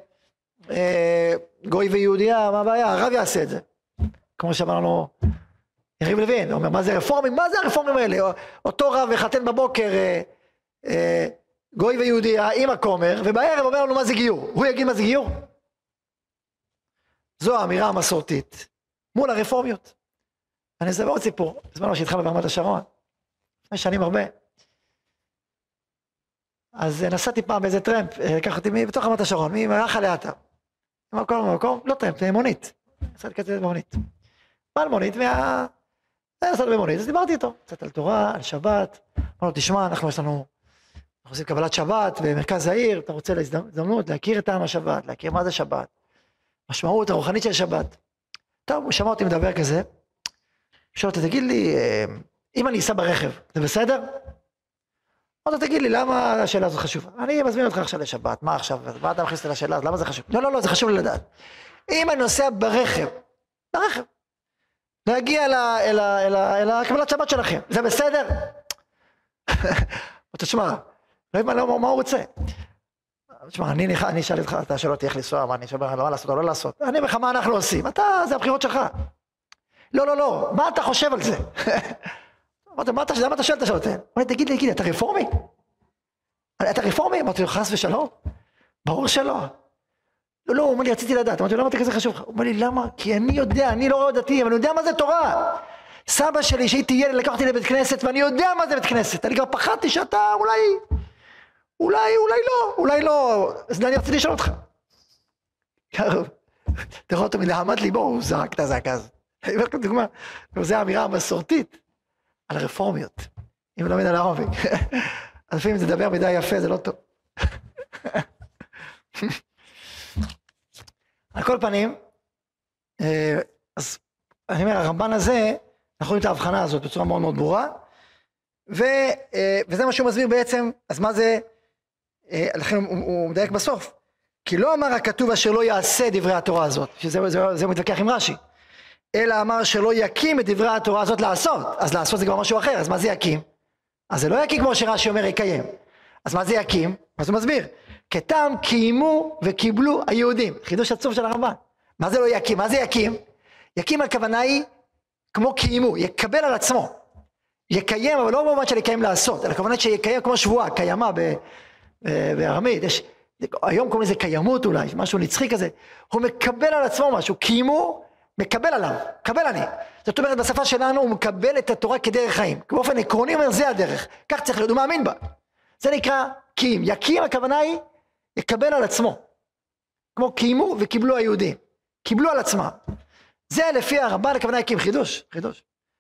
גוי ויהודיה, מה הבעיה? הרב יעשה את זה. כמו שאמרנו, יריב לוין, הוא אומר, מה זה רפורמים? מה זה הרפורמים האלה? אותו רב יחתן בבוקר גוי ויהודיה עם הכומר, ובערב אומר לנו מה זה גיור. הוא יגיד מה זה גיור? זו האמירה המסורתית מול הרפורמיות. אני אספר עוד סיפור, בזמן שהתחלנו ברמת השרון, לפני שנים הרבה. אז נסעתי פעם באיזה טרמפ, לקח אותי בתוך רמת השרון, ממערכה לאתר. במקום, לא טרמפ, מונית. נסעתי כזה במונית. בעל מונית, נסעתי במונית, אז דיברתי איתו, קצת על תורה, על שבת. אמרנו, תשמע, אנחנו עושים קבלת שבת במרכז העיר, אתה רוצה להזדמנות להכיר את טעם השבת, להכיר מה זה שבת, משמעות הרוחנית של שבת. טוב, הוא שמע אותי מדבר כזה, שואל אותי, תגיד לי, אם אני אסע ברכב, זה בסדר? אמרתי, תגיד לי, למה השאלה הזאת חשובה? אני מזמין אותך עכשיו לשבת, מה עכשיו? מה אתה מכניס לי לשאלה? למה זה חשוב? לא, זה חשוב לי לדעת. אם אני נוסע ברכב, להגיע אל הקבלת שבת שלכם, זה בסדר? תשמע, לא יודע מה הוא רוצה. תשמע, אני אשאל אותך, אתה שואל אותי איך לנסוע, מה אני שואל, מה לעשות או לא לעשות. אני אומר לך, מה אנחנו עושים? זה הבחירות שלך. לא, מה אתה חושב על זה? אמרתי, מה אתה שואל את השאלות? אמרתי, תגיד, אתה רפורמי? אתה רפורמי? אמרתי לו, חס ושלום? ברור שלא. לא, הוא אומר לי, רציתי לדעת. אמרתי לו, למה אתה כזה חשוב? הוא אומר לי, למה? כי אני יודע, אני לא רואה דתי, אבל אני יודע מה זה תורה. סבא שלי, שהייתי ילד, לקחתי לבית כנסת, ואני יודע מה זה בית כנסת. אני כבר פחדתי שאתה אולי לא. אז אני רציתי לשאול אותך. תראה אותו מלעמד ליבו, הוא זרק את הזעקה הזאת. אני אומר לכם דוגמה, זו האמירה המסורתית על הרפורמיות. אם לא מבין על העומק. אז לפעמים זה דבר מדי יפה, זה לא טוב. על כל פנים, אז אני אומר, הרמב"ן הזה, אנחנו רואים את ההבחנה הזאת בצורה מאוד מאוד ברורה, וזה מה שהוא מסביר בעצם, אז מה זה, לכן הוא מדייק בסוף, כי לא אמר הכתוב אשר לא יעשה דברי התורה הזאת, שזה הוא מתווכח עם רש"י, אלא אמר שלא יקים את דברי התורה הזאת לעשות, אז לעשות זה כבר משהו אחר, אז מה זה יקים? אז זה לא יקים כמו שרש"י אומר יקיים, אז מה זה יקים? אז הוא מסביר, כתם קיימו וקיבלו היהודים, חידוש עצוב של הרמב"ן, מה זה לא יקים? מה זה יקים? יקים הכוונה היא כמו קיימו, יקבל על עצמו, יקיים, אבל לא במובן של יקיים לעשות, אלא הכוונה שיקיים כמו שבועה, קיימה בארמית, היום קוראים לזה קיימות אולי, משהו נצחי כזה, הוא מקבל על עצמו משהו, קיימו, מקבל עליו, קבל אני, זאת אומרת בשפה שלנו הוא מקבל את התורה כדרך חיים, באופן עקרוני אומר זה הדרך, כך צריך להיות, הוא מאמין בה, זה נקרא קיים, יקים הכוונה היא, יקבל על עצמו, כמו קיימו וקיבלו היהודים, קיבלו על עצמם, זה לפי הרמב"ן הכוונה יקים, חידוש,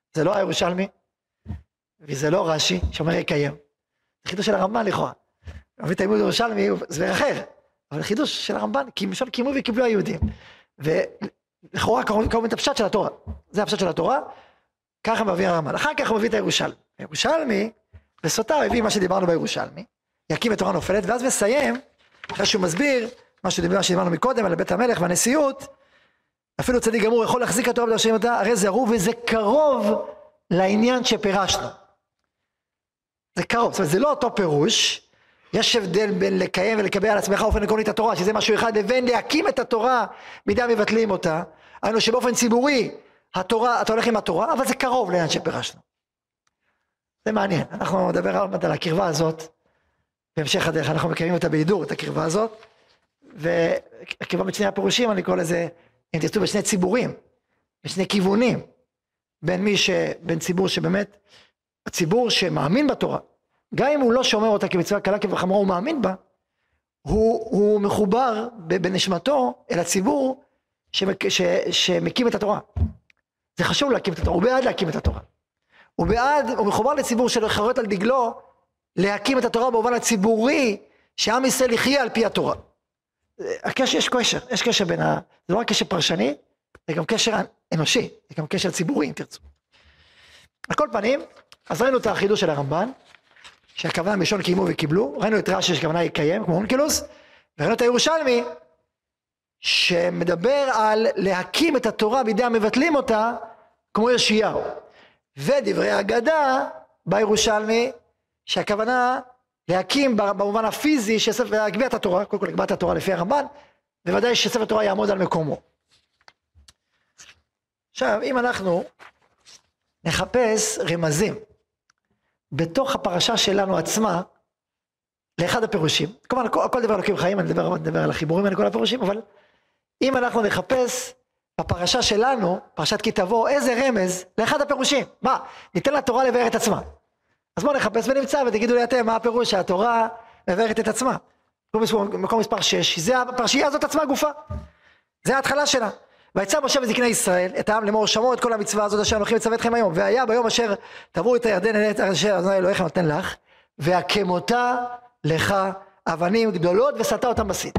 זה לא הירושלמי, וזה לא רש"י, שאומר יקיים. זה חידוש של הרמב"ן לכאורה. מביא את העימות ירושלמי, זה אחר, אבל חידוש של הרמב"ן, כי משל קימו וקיבלו היהודים. ולכאורה קוראים את הפשט של התורה. זה הפשט של התורה, ככה מביא הרמב"ן. אחר כך הוא מביא את הירושלמי. הירושלמי, בסוטה הוא הביא מה שדיברנו בירושלמי, יקים את תורה נופלת, ואז מסיים, אחרי שהוא מסביר, מה שדיברנו מקודם, על בית המלך והנשיאות, אפילו צדיק גמור יכול להחזיק התורה בדרשים אותה, הרי זה ערוב וזה קרוב לעניין שפירשנו. זה קרוב, זאת אומרת, זה לא אותו פירוש, יש הבדל בין לקיים ולקבל על עצמך אופן עקרוני את התורה, שזה משהו אחד, לבין להקים את התורה, מידי מבטלים אותה, היינו שבאופן ציבורי, התורה, אתה הולך עם התורה, אבל זה קרוב לעניין שפירשנו. זה מעניין, אנחנו נדבר על הקרבה הזאת, בהמשך הדרך, אנחנו מכירים אותה בהידור, את הקרבה הזאת, והקרבה בשני הפירושים, אני קורא לזה, אם תרצו, בשני ציבורים, בשני כיוונים, בין ציבור שבאמת, הציבור שמאמין בתורה, גם אם הוא לא שומר אותה כמצווה קלה כבחמורה, הוא מאמין בה, הוא מחובר בנשמתו אל הציבור שמקים את התורה. זה חשוב להקים את התורה, הוא בעד להקים את התורה. הוא מחובר לציבור שחרות על דגלו, להקים את התורה במובן הציבורי, שעם ישראל יחיה על פי התורה. יש קשר בין זה לא רק קשר פרשני, זה גם קשר אנושי, זה גם קשר ציבורי, אם תרצו. על כל פנים, אז ראינו את החידוש של הרמב"ן, שהכוונה מלשון קיימו וקיבלו, ראינו את רש"י שהכוונה יקיים, כמו אונקלוס, וראינו את הירושלמי, שמדבר על להקים את התורה בידי המבטלים אותה, כמו ירשיהו. ודברי אגדה בירושלמי, שהכוונה להקים במובן הפיזי, להגביה את התורה, קודם כל להגביה את התורה לפי הרמב"ן, בוודאי שספר התורה יעמוד על מקומו. עכשיו, אם אנחנו נחפש רמזים, בתוך הפרשה שלנו עצמה, לאחד הפירושים, כמובן כל דבר אלוקים חיים, אני מדבר על החיבורים על כל הפירושים, אבל אם אנחנו נחפש בפרשה שלנו, פרשת כי תבוא, איזה רמז לאחד הפירושים, מה? ניתן לתורה לבאר את עצמה. אז בואו נחפש ונמצא ותגידו לי אתם מה הפירוש שהתורה מבארת את עצמה. מקום מספר 6, זה הפרשייה הזאת עצמה גופה, זה ההתחלה שלה. ויצא משה וזקני ישראל את העם לאמור שמעו את כל המצווה הזאת אשר אנוכי מצווה אתכם היום, והיה ביום אשר תעברו את הירדן אל ארץ אשר אדוני אלוהיך נותן לך, והקמותה לך אבנים גדולות ושתה אותם בסיד.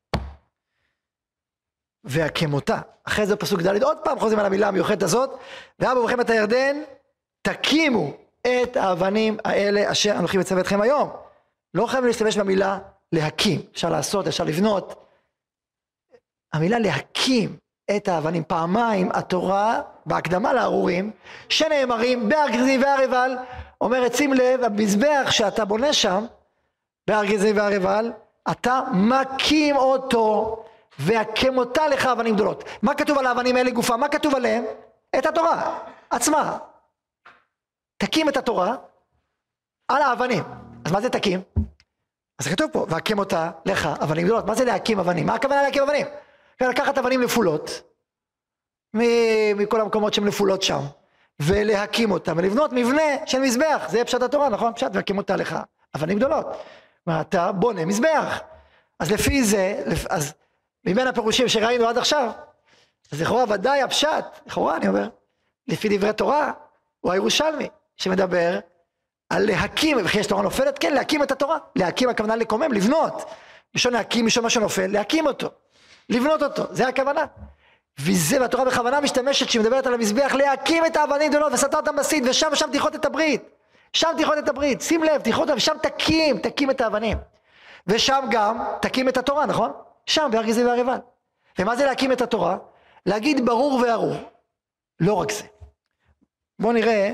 והקמותה, אחרי זה פסוק ד' עוד פעם חוזרים על המילה המיוחדת הזאת, והיה בבוכם את הירדן תקימו את האבנים האלה אשר אנוכי מצווה אתכם היום. לא חייבים להשתמש במילה להקים, אפשר לעשות, אפשר לבנות. המילה להקים את האבנים, פעמיים התורה בהקדמה לארורים שנאמרים בהר גריזים והר עיבל, אומרת שים לב, המזבח שאתה בונה שם בהר גריזים והר עיבל, אתה מקים אותו והקמותה לך אבנים גדולות. מה כתוב על האבנים האלה גופה? מה כתוב עליהם? את התורה עצמה. תקים את התורה על האבנים. אז מה זה תקים? אז זה כתוב פה, והקמותה לך אבנים גדולות. מה זה להקים אבנים? מה הכוונה להקים אבנים? לקחת אבנים נפולות, מכל המקומות שהן נפולות שם, ולהקים אותם, ולבנות מבנה של מזבח, זה פשט התורה, נכון? פשט, והקים אותה לך, אבנים גדולות. אתה בונה מזבח. אז לפי זה, אז מבין הפירושים שראינו עד עכשיו, אז לכאורה ודאי הפשט, לכאורה אני אומר, לפי דברי תורה, הוא הירושלמי, שמדבר על להקים, וכי יש תורה נופלת, כן, להקים את התורה. להקים הכוונה לקומם, לבנות. משון להקים, משון מה שנופל, להקים אותו. לבנות אותו, זה הכוונה. וזה, והתורה בכוונה משתמשת שמדברת על המזבח, להקים את האבנים גדולות ושתה אותם בסיד, ושם תיכות את הברית. שם תיכות את הברית, שים לב, תיכות אותם, ושם תקים את האבנים. ושם גם תקים את התורה, נכון? שם, בהר גריזים והר עיבל. ומה זה להקים את התורה? להגיד ברור וארור. לא רק זה. בואו נראה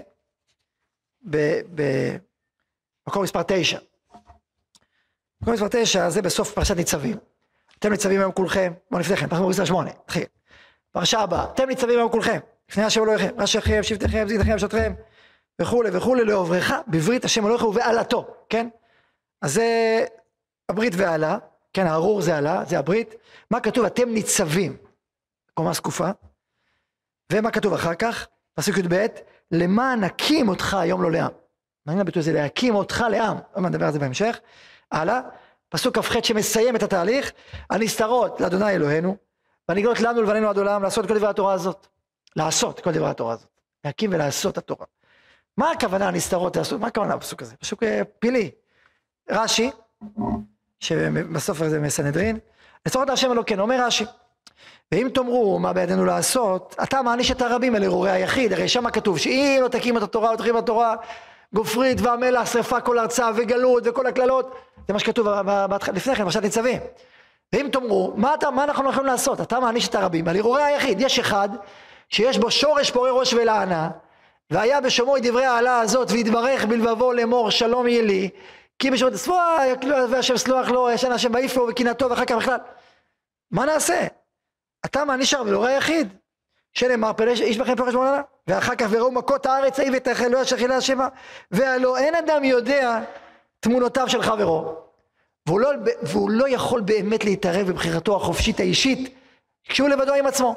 במקום מספר 9. מקום מספר 9 זה בסוף פרשת ניצבים. אתם ניצבים היום כולכם, בואו נפתחם, פרשת מגילה 8, תחיל. פרשה הבאה, אתם ניצבים היום כולכם, לפני השם אלוהיכם, ראשיכם, שבטיכם, זקניכם, שוטריכם, וכו' וכו' לעוברך, בברית השם אלוהיכם ובעלתו, כן? אז זה הברית ועלה, כן, הארור זה עלה, זה הברית. מה כתוב? אתם ניצבים, קומה זקופה, ומה כתוב אחר כך? פסוק י"ב, למען נקים אותך היום לא לעם. מעניין הביטוי הזה, להקים אותך לעם, אני מדבר על זה בהמשך. הלאה, פסוק כ"ח שמסיים את התהליך, הנסתרות לאדוני אלוהינו, והנגלות לנו ולבנינו עד עולם, לעשות כל דברי התורה הזאת. לעשות כל דברי התורה הזאת. להקים ולעשות את התורה. מה הכוונה הנסתרות לעשות? מה הכוונה בפסוק הזה? פסוק פילי. רש"י, שבסוף זה מסנהדרין, נסתרות להשם אלוקינו, אומר רש"י, ואם תאמרו מה בידינו לעשות, אתה מעניש את הרבים אל הרהורי היחיד, הרי שם כתוב שאם לא תקים את התורה, לא תחריב את התורה, גופרית והמלח, שרפה כל ארצה וגלות וכל הכללות, זה מה שכתוב לפני כן, פרשת ניצבים. ואם תאמרו, מה אנחנו יכולים לעשות? אתה מעניש את הרבים על הרהורי היחיד. יש אחד שיש בו שורש פורה ראש ולענה, והיה בשומעו את דברי העלה הזאת, והתברך בלבבו לאמור שלום יהיה לי, כי בשומעו תספוע, והשם סלוח לו, ישן השם בעיפו וקנאתו ואחר כך בכלל. מה נעשה? אתה מעניש על הרהורי היחיד, שנאמר פלא איש בכם פרש מעולנה, ואחר כך וראו מכות הארץ ההיא ותחלוה שחילה השמה, והלא אין אדם יודע תמונותיו של חברו, והוא לא יכול באמת להתערב בבחירתו החופשית האישית, כשהוא לבדו עם עצמו.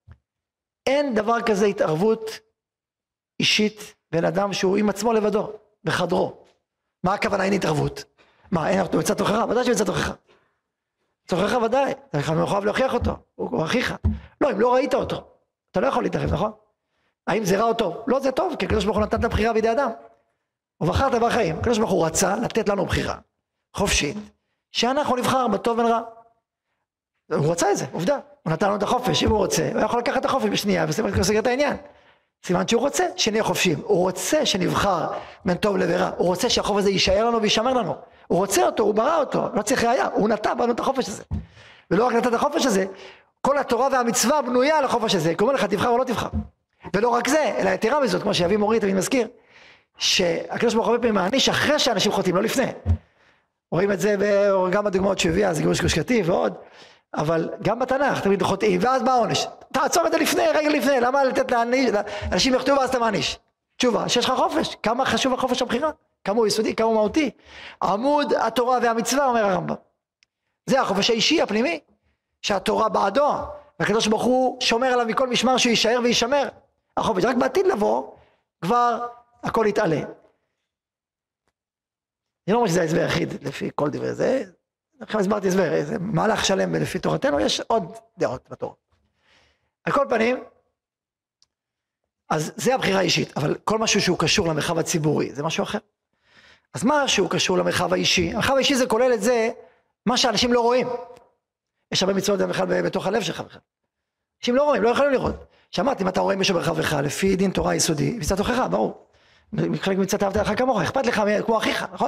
אין דבר כזה התערבות אישית בין אדם שהוא עם עצמו לבדו, בחדרו. מה הכוונה אין התערבות? מה, אין אותו בצד תוכחה? ודאי שבצד תוכחה. תוכחה ודאי, אתה יכול להוכיח אותו, הוא אחיך. לא, אם לא ראית אותו, אתה לא יכול להתערב, נכון? האם זה רע או טוב? לא, זה טוב, כי הקדוש ברוך הוא נתן את הבחירה בידי אדם. ובחרת בחיים, הקדוש ברוך הוא רצה לתת לנו בחירה חופשית, שאנחנו נבחר בטוב בין רע. הוא רצה את זה, עובדה. הוא נתן לנו את החופש, אם הוא רוצה, הוא יכול לקחת את החופש בשנייה, וסגר את העניין. סימן שהוא רוצה שנהיה חופשיים, הוא רוצה שנבחר בין טוב לברע, הוא רוצה שהחופש הזה יישאר לנו וישמר לנו. הוא רוצה אותו, הוא ברא אותו, לא צריך ראיה, הוא נתן בנו את החופש הזה. ולא רק נתן את החופש הזה, כל התורה והמצווה בנויה על החופש הזה, כמו לך תבחר או לא תבחר. ולא רק זה, אלא יתרה מזאת, כמו שאבי מורי תמיד מזכיר, שהקדוש ברוך הוא הרבה פעמים מעניש אחרי שאנשים חוטאים, לא לפני. רואים את זה גם בדוגמאות שהביאה, זה גירוש גוש קטיף ועוד, אבל גם בתנ"ך תמיד חוטאים, ואז בא העונש. תעצור את זה לפני, רגע לפני, למה לתת לאנשים יחטאו ואז אתה מעניש? תשובה, שיש לך חופש, כמה חשוב החופש הבחירה, כמה הוא יסודי, כמה הוא מהותי. עמוד התורה והמצווה, אומר הרמב"ם. זה החופש האישי הפנימי, שהתורה בעדו, והקדוש ברוך הוא שומר עליו מכל משמר שהוא יישאר וישמר. החופש, רק בעתיד לבוא, כבר הכל יתעלה. אני לא אומר שזה ההסבר היחיד לפי כל דברי זה, עכשיו הסברתי הסבר, זה מהלך שלם לפי תורתנו, יש עוד דעות בתורה. על כל פנים, אז זה הבחירה האישית, אבל כל משהו שהוא קשור למרחב הציבורי, זה משהו אחר. אז מה שהוא קשור למרחב האישי? המרחב האישי זה כולל את זה, מה שאנשים לא רואים. יש הרבה מצוות בכלל בתוך הלב שלך בכלל. אנשים לא רואים, לא יכולים לראות. שמעתי, אם אתה רואה מישהו במרחבך, לפי דין תורה יסודי, מצד תוכך, ברור. חלק מצד אהבת לך כמוך, אכפת לך כמו אחיך, נכון?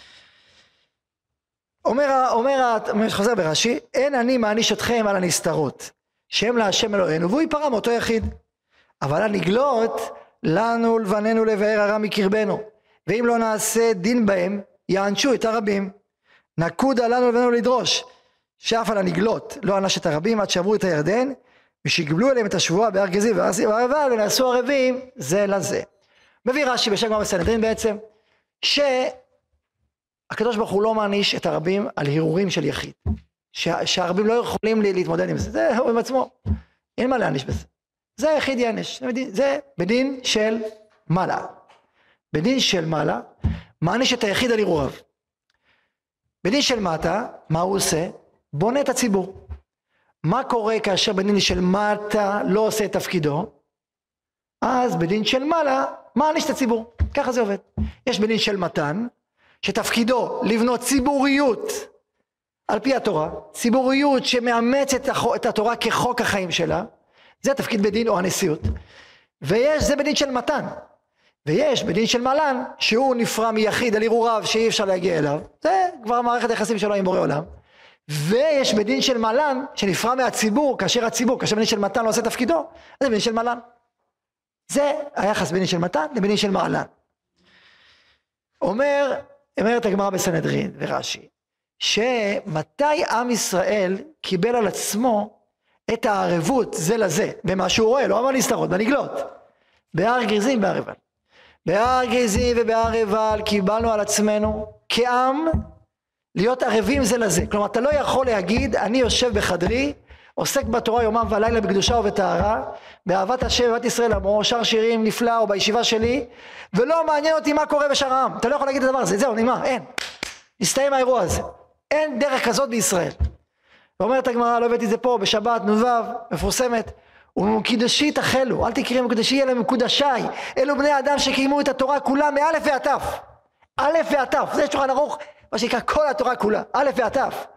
חוזר ברש"י, אין אני מעניש אתכם על הנסתרות, שהם להשם אלוהינו, והוא ייפרע מאותו יחיד. אבל הנגלות לנו לבננו לבאר הרע מקרבנו, ואם לא נעשה דין בהם, יענשו את הרבים. נקודה לנו לבננו לדרוש, שאף על הנגלות לא ענש את הרבים עד שעברו את הירדן, ושיגבלו אליהם את השבועה בהר גזים והערבה, ונעשו ערבים זה לזה. מביא רש"י בשם גמרא בסנהדרין בעצם, שהקדוש ברוך הוא לא מעניש את הרבים על הרהורים של יחיד, שהרבים לא יכולים להתמודד עם זה, זה הוא עם עצמו, אין מה להעניש בזה, זה היחיד יענש, זה בדין של מעלה, בדין של מעלה, מעניש את היחיד על הרהוריו, בדין של מטה, מה הוא עושה? בונה את הציבור. מה קורה כאשר בדין של מטה לא עושה את תפקידו? אז בדין של מעלה, מעניש את הציבור. ככה זה עובד. יש בדין של מתן, שתפקידו לבנות ציבוריות על פי התורה, ציבוריות שמאמצת את התורה כחוק החיים שלה, זה התפקיד בדין או הנשיאות. ויש, זה בדין של מתן. ויש בדין של מעלן, שהוא נפרע מיחיד על הרהוריו שאי אפשר להגיע אליו, זה כבר מערכת היחסים שלו עם בורא עולם. ויש בדין של מעלן, שנפרע מהציבור, כאשר בדין של מתן לא עושה תפקידו, זה בדין של מעלן. זה היחס בדין של מתן לבדין של מעלן. אומרת הגמרא בסנהדרין ורש"י, שמתי עם ישראל קיבל על עצמו את הערבות זה לזה, במה שהוא רואה, לא אמר נסתרות, בנגלות, בהר גריזים בהר עיבל. בהר גריזים ובהר עיבל קיבלנו על עצמנו כעם להיות ערבים זה לזה. כלומר, אתה לא יכול להגיד, אני יושב בחדרי, עוסק בתורה יומם ולילה בקדושה ובטהרה, באהבת השם ואהבת ישראל עמו, שר שירים נפלא או בישיבה שלי, ולא מעניין אותי מה קורה בשאר העם. אתה לא יכול להגיד את הדבר הזה, זהו, נגמר, אין. נסתיים האירוע הזה. אין דרך כזאת בישראל. ואומרת הגמרא, לא הבאתי את זה פה, בשבת, נ"ו, מפורסמת, ומקודשי תחלו, אל תקראי מקודשי אלא מקודשי, אלו בני אדם שקיימו את התורה כולה מאלף ועד תף, אלף ועד תף, זה שולחן ערוך, מה שנקרא כל התורה כולה, אלף ועד תף.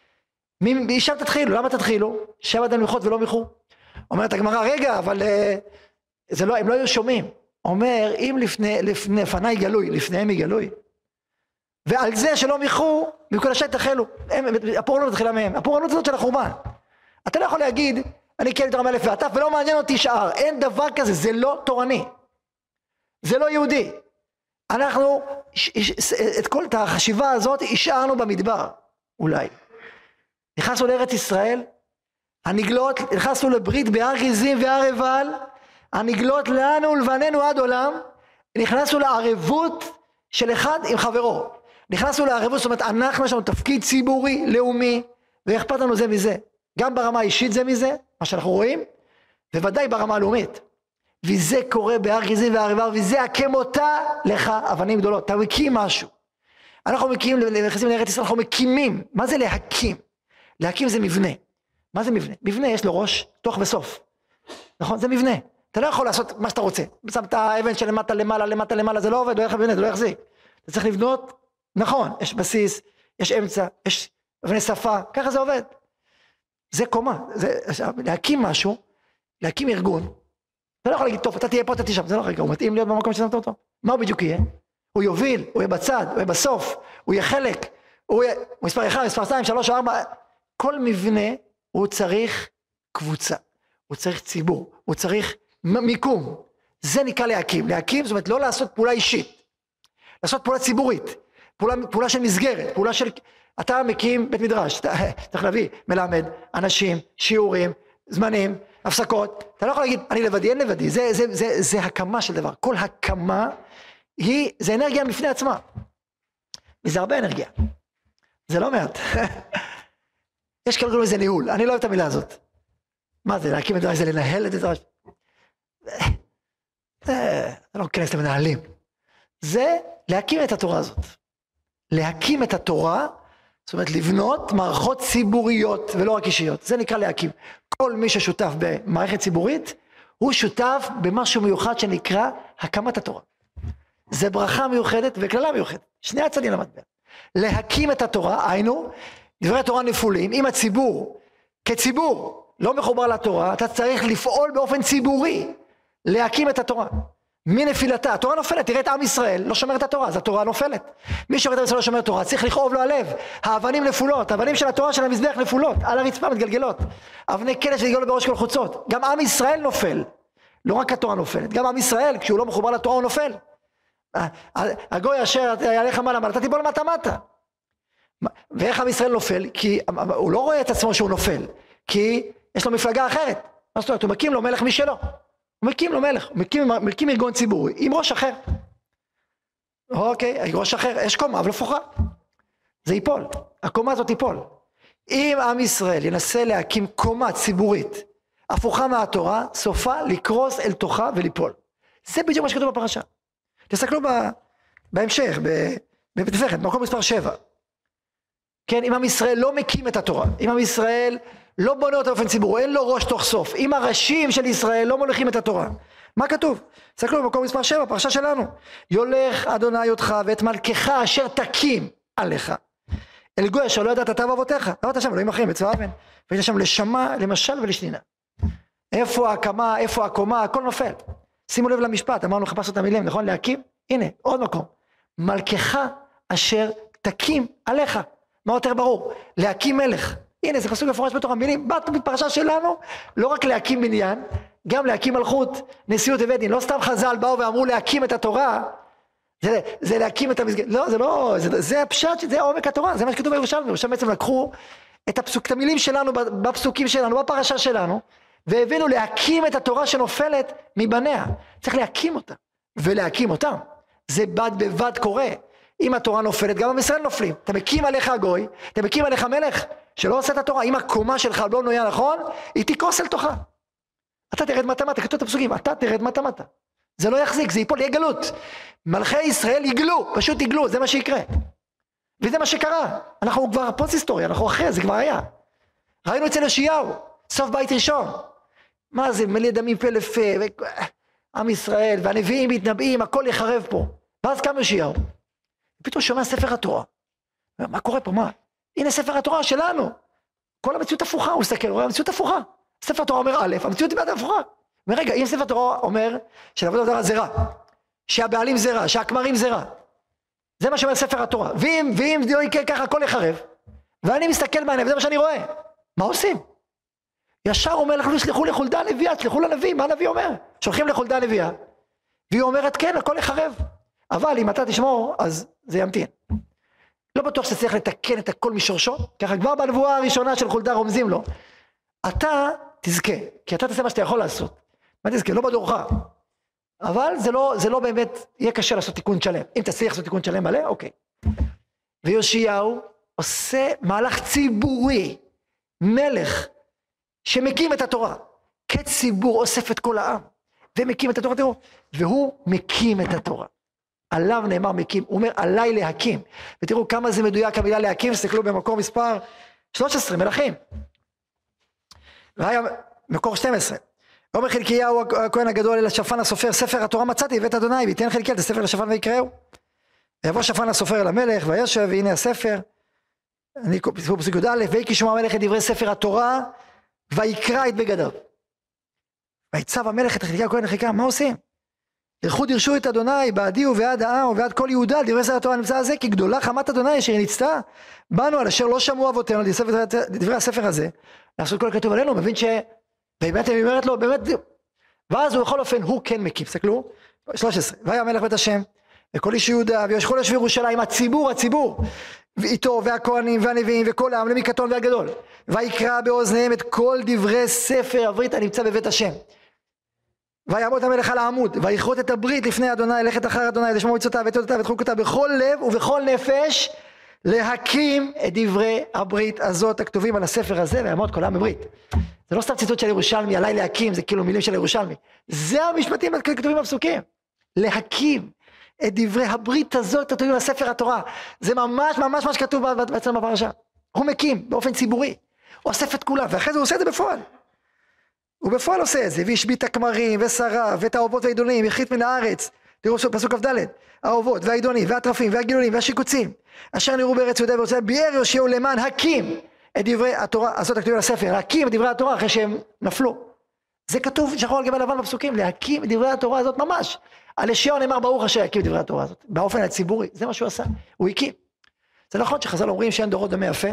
משם תתחילו, למה תתחילו? 7 ימים ללכות ולא מיחו. אומרת הגמרא, רגע, אבל זה לא, הם לא היו שומעים. אומר, אם לפניי גלוי, לפניהם היא גלוי. ועל זה שלא מיחו, מקודשי תחלו. הפורענות התחילה מהם, הפורענות הזאת של החורבן. אתה לא יכול להגיד, אני קיים תורה מאלף ועד תף, ולא מעניין אותי שאר. אין דבר כזה, זה לא תורני. זה לא יהודי. אנחנו, את כל החשיבה הזאת השארנו במדבר, אולי. נכנסנו לארץ ישראל, הנגלות, נכנסנו לברית בהר גריזים והר עיבל, הנגלות לנו ולבנינו עד עולם, נכנסנו לערבות של אחד עם חברו. נכנסנו לערבות, זאת אומרת, אנחנו יש לנו תפקיד ציבורי, לאומי, ואכפת לנו זה מזה. גם ברמה האישית זה מזה, מה שאנחנו רואים, וודאי ברמה הלאומית. וזה קורה בהר גריזים והר עיבל, וזה הכמותה לך אבנים גדולות. אתה מקים משהו. אנחנו מקימים, נכנסים לארץ ישראל, אנחנו מקימים. מה זה להקים? להקים זה מבנה. מה זה מבנה? מבנה יש לו ראש, תוך וסוף. נכון? זה מבנה. אתה לא יכול לעשות מה שאתה רוצה. שם את האבן של למטה למעלה, למטה למעלה, זה לא עובד, לא יחד מבנה, זה לא יחזיק. אתה צריך לבנות, נכון, יש בסיס, יש אמצע, יש אבני שפה, ככה זה עובד. זה קומה. להקים משהו, להקים ארגון, אתה לא יכול להגיד, טוב, אתה תהיה פה, אתה תהיה שם, זה לא רגע, הוא מתאים להיות במקום ששמת אותו. מה הוא בדיוק יהיה? הוא יוביל, הוא יהיה בצד, הוא יהיה בסוף, הוא יהיה חלק, הוא יהיה מספר 1, מספר 2, 3, 4, כל מבנה הוא צריך קבוצה, הוא צריך ציבור, הוא צריך מיקום. זה נקרא להקים. להקים זאת אומרת לא לעשות פעולה אישית, לעשות פעולה ציבורית, פעולה של מסגרת, פעולה של, אתה מקים בית מדרש, צריך להביא מלמד, אנשים, שיעורים, זמנים, הפסקות, אתה לא יכול להגיד אני לבדי, אין לבדי, זה הקמה של דבר. כל הקמה זה אנרגיה בפני עצמה, וזה הרבה אנרגיה, זה לא מעט. יש כאלה לזה ניהול, אני לא אוהב את המילה הזאת. מה זה, להקים את זה, זה לנהל את זה? זה לא כנס למנהלים. זה להקים את התורה הזאת. להקים את התורה, זאת אומרת לבנות מערכות ציבוריות ולא רק אישיות. זה נקרא להקים. כל מי ששותף במערכת ציבורית, הוא שותף במשהו מיוחד שנקרא הקמת התורה. זה ברכה מיוחדת וכללה מיוחדת. שני הצדדים למטבע. להקים את התורה, היינו, דברי התורה נפולים, אם הציבור, כציבור, לא מחובר לתורה, אתה צריך לפעול באופן ציבורי, להקים את התורה. מנפילתה, התורה נופלת, תראה את עם ישראל, לא שומר את התורה, אז התורה נופלת. מי שומר את עם ישראל לא שומר את התורה, צריך לכאוב לו הלב. האבנים נפולות, האבנים של התורה של המזבח נפולות, על הרצפה מתגלגלות. אבני קדש מתגלגלות בראש כל חוצות. גם עם ישראל נופל, לא רק התורה נופלת, גם עם ישראל, כשהוא לא מחובר לתורה הוא נופל. הגוי אשר יעליך מעלה, אתה תיפול מטה. ואיך עם ישראל נופל? כי הוא לא רואה את עצמו שהוא נופל, כי יש לו מפלגה אחרת. מה זאת אומרת? הוא מקים לו מלך משלו. הוא מקים לו מלך, הוא מקים ארגון ציבורי עם ראש אחר. אוקיי, ראש אחר, יש קומה, אבל הפוכה. זה ייפול, הקומה הזאת ייפול. אם עם ישראל ינסה להקים קומה ציבורית, הפוכה מהתורה, סופה לקרוס אל תוכה וליפול. זה בדיוק מה שכתוב בפרשה. תסתכלו בהמשך, בתפארת, מקום מספר 7. כן, אם עם ישראל לא מקים את התורה, אם עם ישראל לא בונה אותה באופן ציבורי, אין לו ראש תוך סוף, אם הראשים של ישראל לא מוליכים את התורה, מה כתוב? תסתכלו במקום מספר 7, פרשה שלנו. יולך אדוני אותך ואת מלכך אשר תקים עליך. אל גוי אשר לא ידעת אתה ואבותיך, אמרת שם אלוהים אחרים בצבא אבן, והיית שם לשמה, למשל ולשנינה. איפה ההקמה, איפה הקומה, הכל נופל. שימו לב למשפט, אמרנו חפש את המילים, נכון? להקים, הנה, עוד מקום. מלכך אשר תקים עליך. מה יותר ברור? להקים מלך. הנה, זה פסוק מפורש בתוך המילים, בפרשה שלנו, לא רק להקים בניין, גם להקים מלכות, נשיאות ובית דין. לא סתם חז"ל באו ואמרו להקים את התורה, זה להקים את המסגרת. לא, זה לא, זה הפשט, זה עומק התורה, זה מה שכתוב בירושלמי. שם בעצם לקחו את המילים שלנו, בפסוקים שלנו, בפרשה שלנו, והבינו להקים את התורה שנופלת מבניה. צריך להקים אותה, ולהקים אותה. זה בד בבד קורה. אם התורה נופלת, גם עם ישראל נופלים. אתה מקים עליך הגוי, אתה מקים עליך מלך, שלא עושה את התורה. אם הקומה שלך לא בנויה נכון, היא תיקוס אל תוכה. אתה תרד מטה-מטה, כתוב את הפסוקים, אתה תרד מטה-מטה. זה לא יחזיק, זה ייפול, יהיה גלות. מלכי ישראל יגלו, פשוט יגלו, זה מה שיקרה. וזה מה שקרה. אנחנו כבר פוסט היסטוריה, אנחנו אחרי, זה כבר היה. ראינו אצל יאשיהו, סוף בית ראשון. מה זה, מלא דמים פה לפה, עם ישראל, והנביאים מתנבאים, הכל יחרב פה. ואז קם יאשיהו, פתאום שומע ספר התורה. מה קורה פה, מה? הנה ספר התורה שלנו. כל המציאות הפוכה, הוא מסתכל, הוא רואה המציאות הפוכה. ספר התורה אומר א', המציאות היא הפוכה. ורגע, אם ספר התורה אומר שלעבוד עבודה זה רע, שהבעלים זה רע, שהכמרים זה רע, זה מה שאומר ספר התורה. ואם לא יקרה ככה, הכל יחרב. ואני מסתכל בעיניו, וזה מה שאני רואה. מה עושים? ישר אומר לכם, שלחו לחולדה הנביאה, שלחו לנביא, מה הנביא אומר? שולחים לחולדה הנביאה, והיא אומרת, כן, הכל יחרב. אבל אם אתה תשמור, אז זה ימתין. לא בטוח שצריך לתקן את הכל משורשו, ככה כבר בנבואה הראשונה של חולדה רומזים לו, אתה תזכה, כי אתה תעשה מה שאתה יכול לעשות. מה תזכה? לא בדורך. אבל זה לא באמת, יהיה קשה לעשות תיקון שלם. אם תצליח לעשות תיקון שלם מלא, אוקיי. ויאשיהו עושה מהלך ציבורי, מלך, שמקים את התורה. כציבור אוסף את כל העם, ומקים את התורה, והוא מקים את התורה. עליו נאמר מקים, הוא אומר עליי להקים. ותראו כמה זה מדויק המילה להקים, תסתכלו במקור מספר 13, מלכים. והיה מקור 12. אומר חלקיהו הכהן הגדול אל השפן הסופר, ספר התורה מצאתי בית אדוני, ויתן חלקי את הספר לשפן ויקראו. ויבוא שפן הסופר אל המלך, וישב, והנה הספר, אני פסוק י"א, ויקרא שמוע המלך את דברי ספר התורה, ויקרא את בגדיו. ויצב המלך את חלקיהו הכהן לחיקה, מה עושים? לכו דרשו את אדוני בעדי ובעד העם ובעד כל יהודה, דברי ספר התורה נמצא הזה, כי גדולה חמת אדוני אשר ניצתה בנו על אשר לא שמעו אבותינו על דברי הספר הזה, לעשות כל הכתוב עלינו, מבין באמת היא אומרת לו, באמת, ואז הוא בכל אופן, הוא כן מקים, סתכלו, 13, והיה המלך בית השם, וכל איש יהודה, וישכול יושבי ירושלים, הציבור, ואיתו, והכהנים, והנביאים, וכל העם, למקטון והגדול, ויקרא באוזניהם את כל דברי ספר הברית הנמצא בבית השם, ויעמוד המלך על העמוד, ויכרות את הברית לפני אדוני, ללכת אחר אדוני, לשמור מצוותיו ותורותיו ואת חוקותיו, בכל לב ובכל נפש, להקים את דברי הברית הזאת הכתובים על הספר הזה, ויעמוד כל העם בברית. זה לא סתם ציטוט של ירושלמי, עליי להקים, זה כאילו מילים של ירושלמי. זה המשפטים הכתובים בפסוקים. להקים את דברי הברית הזאת הכתובים על ספר התורה. זה ממש מה שכתוב בעצם בפרשה. הוא מקים באופן ציבורי. הוא אוסף את כולם, ואחרי זה הוא עושה את זה בפועל. הוא בפועל עושה את זה, והשבית הכמרים, ושרה, ואת האהובות והעידונים, יחית מן הארץ. תראו פסוק כ"ד, האהובות והעידונים, והטרפים, והגילולים, והשיקוצים, אשר נראו בארץ יהודה וירושלים, ביאר יאשיהו למען הקים את דברי התורה, הזאת הכתובים לספר, להקים את דברי התורה אחרי שהם נפלו. זה כתוב שחור על גבי לבן בפסוקים, להקים את דברי התורה הזאת ממש. על יאשיהו נאמר ברוך אשר יקים את דברי התורה הזאת, באופן הציבורי, זה מה שהוא עשה, הוא הקים. זה נכון שחז"ל אומרים שאין דורות דומה יפה,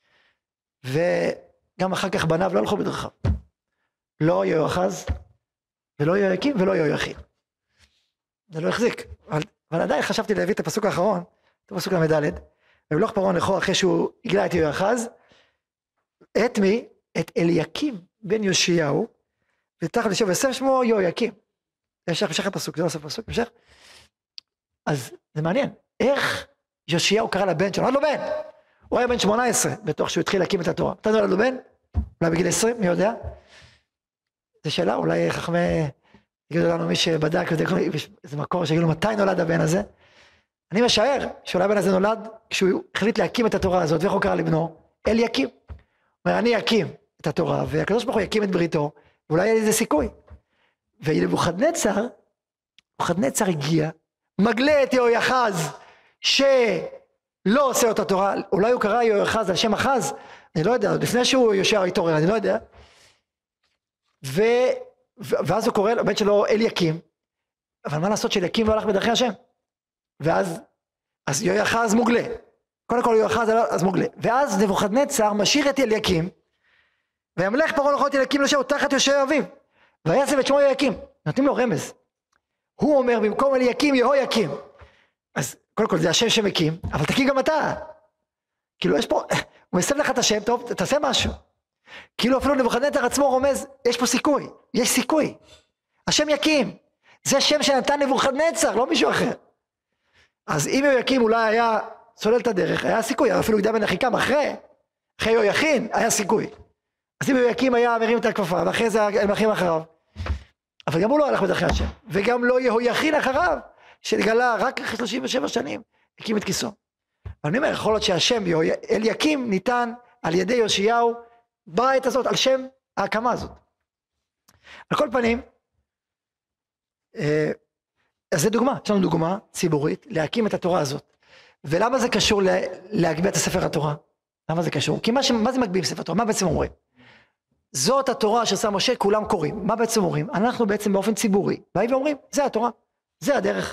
וגם אחר כך בניו לא הלכו בדרכיו. לא יהואחז, ולא יהויקים, ולא יהויכין. זה לא החזיק, אבל עדיין חשבתי להביא את הפסוק האחרון, את הפסוק למדלת, וימלוך פרעה נכו אחרי שהוא הגלה את יהואחז, את מי? את אליקים בן יאשיהו, ותחת יושב ויוסף שמו יהויקים. המשך הפסוק, זה לא סוף הפסוק, המשך. אז זה מעניין, איך יאשיהו קרא לבן שלו, נולד לו בן, הוא היה בן 18, בתוך שהוא התחיל להקים את התורה. אתה נולד לו בן? אולי בגיל 20, מי יודע? זו שאלה, אולי חכמי, יגידו לנו מי שבדק, איזה מקור שיגידו מתי נולד הבן הזה. אני משער שאולי הבן הזה נולד כשהוא החליט להקים את התורה הזאת, ואיך הוא קרא לבנו? אליקים. הוא אומר, אני אקים את התורה, והקדוש ברוך הוא יקים את בריתו, ואולי יהיה לזה סיכוי. ונבוכדנצר הגיע, מגלה את יהויחז, שלא עושה אותה תורה, אולי הוא קרא יהויחז על שם אחז, אני לא יודע, לפני שהוא יאשיהו התעורר, אני לא יודע. ואז הוא קורא לבן שלו אליקים, אבל מה לעשות שאליקים לא הלך בדרכי השם? ואז יהויחז מוגלה, קודם כל יהויחז אז מוגלה, ואז נבוכדנצר משאיר את אליקים, וימלך פרעה נכו את אליקים לשם תחת יאשיהו אביו, וישם את שמו יהויקים, נותנים לו רמז, הוא אומר במקום אליקים יהויקים, אז קודם כל זה השם שמקים, אבל תקים גם אתה, כאילו יש פה, הוא מסב לך את השם, טוב תעשה משהו, כאילו אפילו נבוכדנצר עצמו רומז, יש פה סיכוי, יש סיכוי, השם יקים, זה שם שנתן נבוכדנצר, לא מישהו אחר. אז אם יהויקים אולי היה סולל את הדרך, היה סיכוי, אפילו יהודה בן אחיקם אחרי יהויכין היה סיכוי. אז אם יהויקים היה מרים את הכפפה, ואחרי זה הם אחים אחריו, אבל גם הוא לא הלך בדרכי השם, וגם לא יהויכין אחריו, שהתגלה רק אחרי 37 שנים, הקים את כיסו. אבל אני אומר, יכול להיות שהשם אליקים ניתן על ידי יאשיהו, בעת הזאת, על שם ההקמה הזאת. על כל פנים, אז זה דוגמה, יש לנו דוגמה ציבורית להקים את התורה הזאת. ולמה זה קשור להגביה את ספר התורה? למה זה קשור? כי מה זה מגביהים ספר התורה? מה בעצם אומרים? זאת התורה שעשה משה, כולם קוראים. מה בעצם אומרים? אנחנו בעצם באופן ציבורי, באים ואומרים, זה התורה, זה הדרך.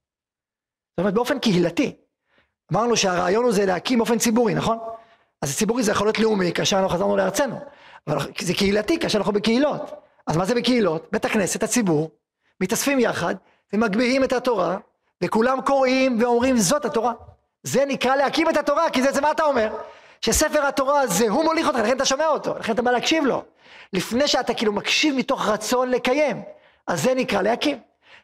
זאת אומרת, באופן קהילתי. אמרנו שהרעיון הוא זה להקים באופן ציבורי, נכון? אז ציבורי זה יכול להיות לאומי, כאשר אנחנו חזרנו לארצנו. אבל זה קהילתי, כאשר אנחנו בקהילות. אז מה זה בקהילות? בית הכנסת, הציבור, מתאספים יחד, ומגביהים את התורה, וכולם קוראים ואומרים, זאת התורה. זה נקרא להקים את התורה, כי זה מה אתה אומר? שספר התורה הזה, הוא מוליך אותך, לכן אתה שומע אותו, לכן אתה בא להקשיב לו. לפני שאתה כאילו מקשיב מתוך רצון לקיים, אז זה נקרא להקים.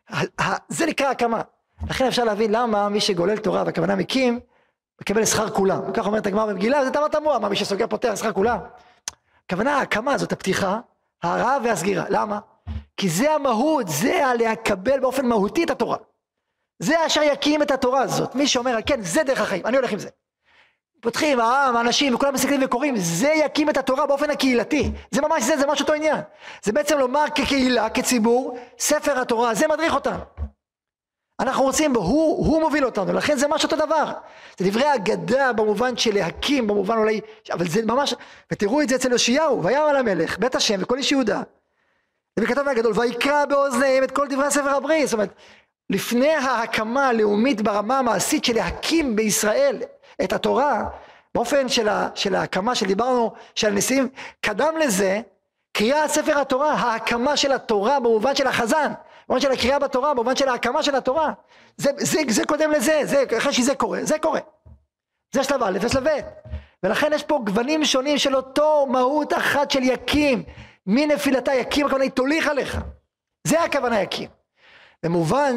זה נקרא הקמה. לכן אפשר להבין למה מי שגולל תורה, והכוונה מקים, מקבל שכר כולם. וכך אומרת הגמרא במגילה, זה דבר תמוה, מה מי שסוגר פותח שכר כולם. הכוונה, ההקמה זאת הפתיחה, הרעה והסגירה. למה? כי זה המהות, זה לקבל באופן מהותי את התורה. זה אשר יקים את התורה הזאת. מי שאומר, כן, זה דרך החיים, אני הולך עם זה. פותחים, העם, האנשים, וכולם מסתכלים וקוראים, זה יקים את התורה באופן הקהילתי. זה ממש זה ממש אותו עניין. זה בעצם לומר כקהילה, כציבור, ספר התורה, זה מדריך אותנו. אנחנו רוצים בו, הוא מוביל אותנו, לכן זה ממש אותו דבר. זה דברי אגדה במובן של להקים, במובן אולי, אבל זה ממש, ותראו את זה אצל יאשיהו, ויאמר למלך, בית השם וכל איש יהודה, זה בכתב הגדול, ויקרא באוזניהם את כל דברי הספר הברית. זאת אומרת, לפני ההקמה הלאומית ברמה המעשית של להקים בישראל את התורה, באופן של ההקמה שדיברנו, של הנשיאים, קדם לזה, קריאת ספר התורה, ההקמה של התורה במובן של החזן, במובן של הקריאה בתורה, במובן של ההקמה של התורה. זה קודם לזה, אחרי שזה קורה, זה קורה. זה שלב א' ושלב ב'. ולכן יש פה גוונים שונים של אותו מהות אחת של יקים, מנפילתה יקים, הכוונה היא תוליך עליך. זה הכוונה יקים. במובן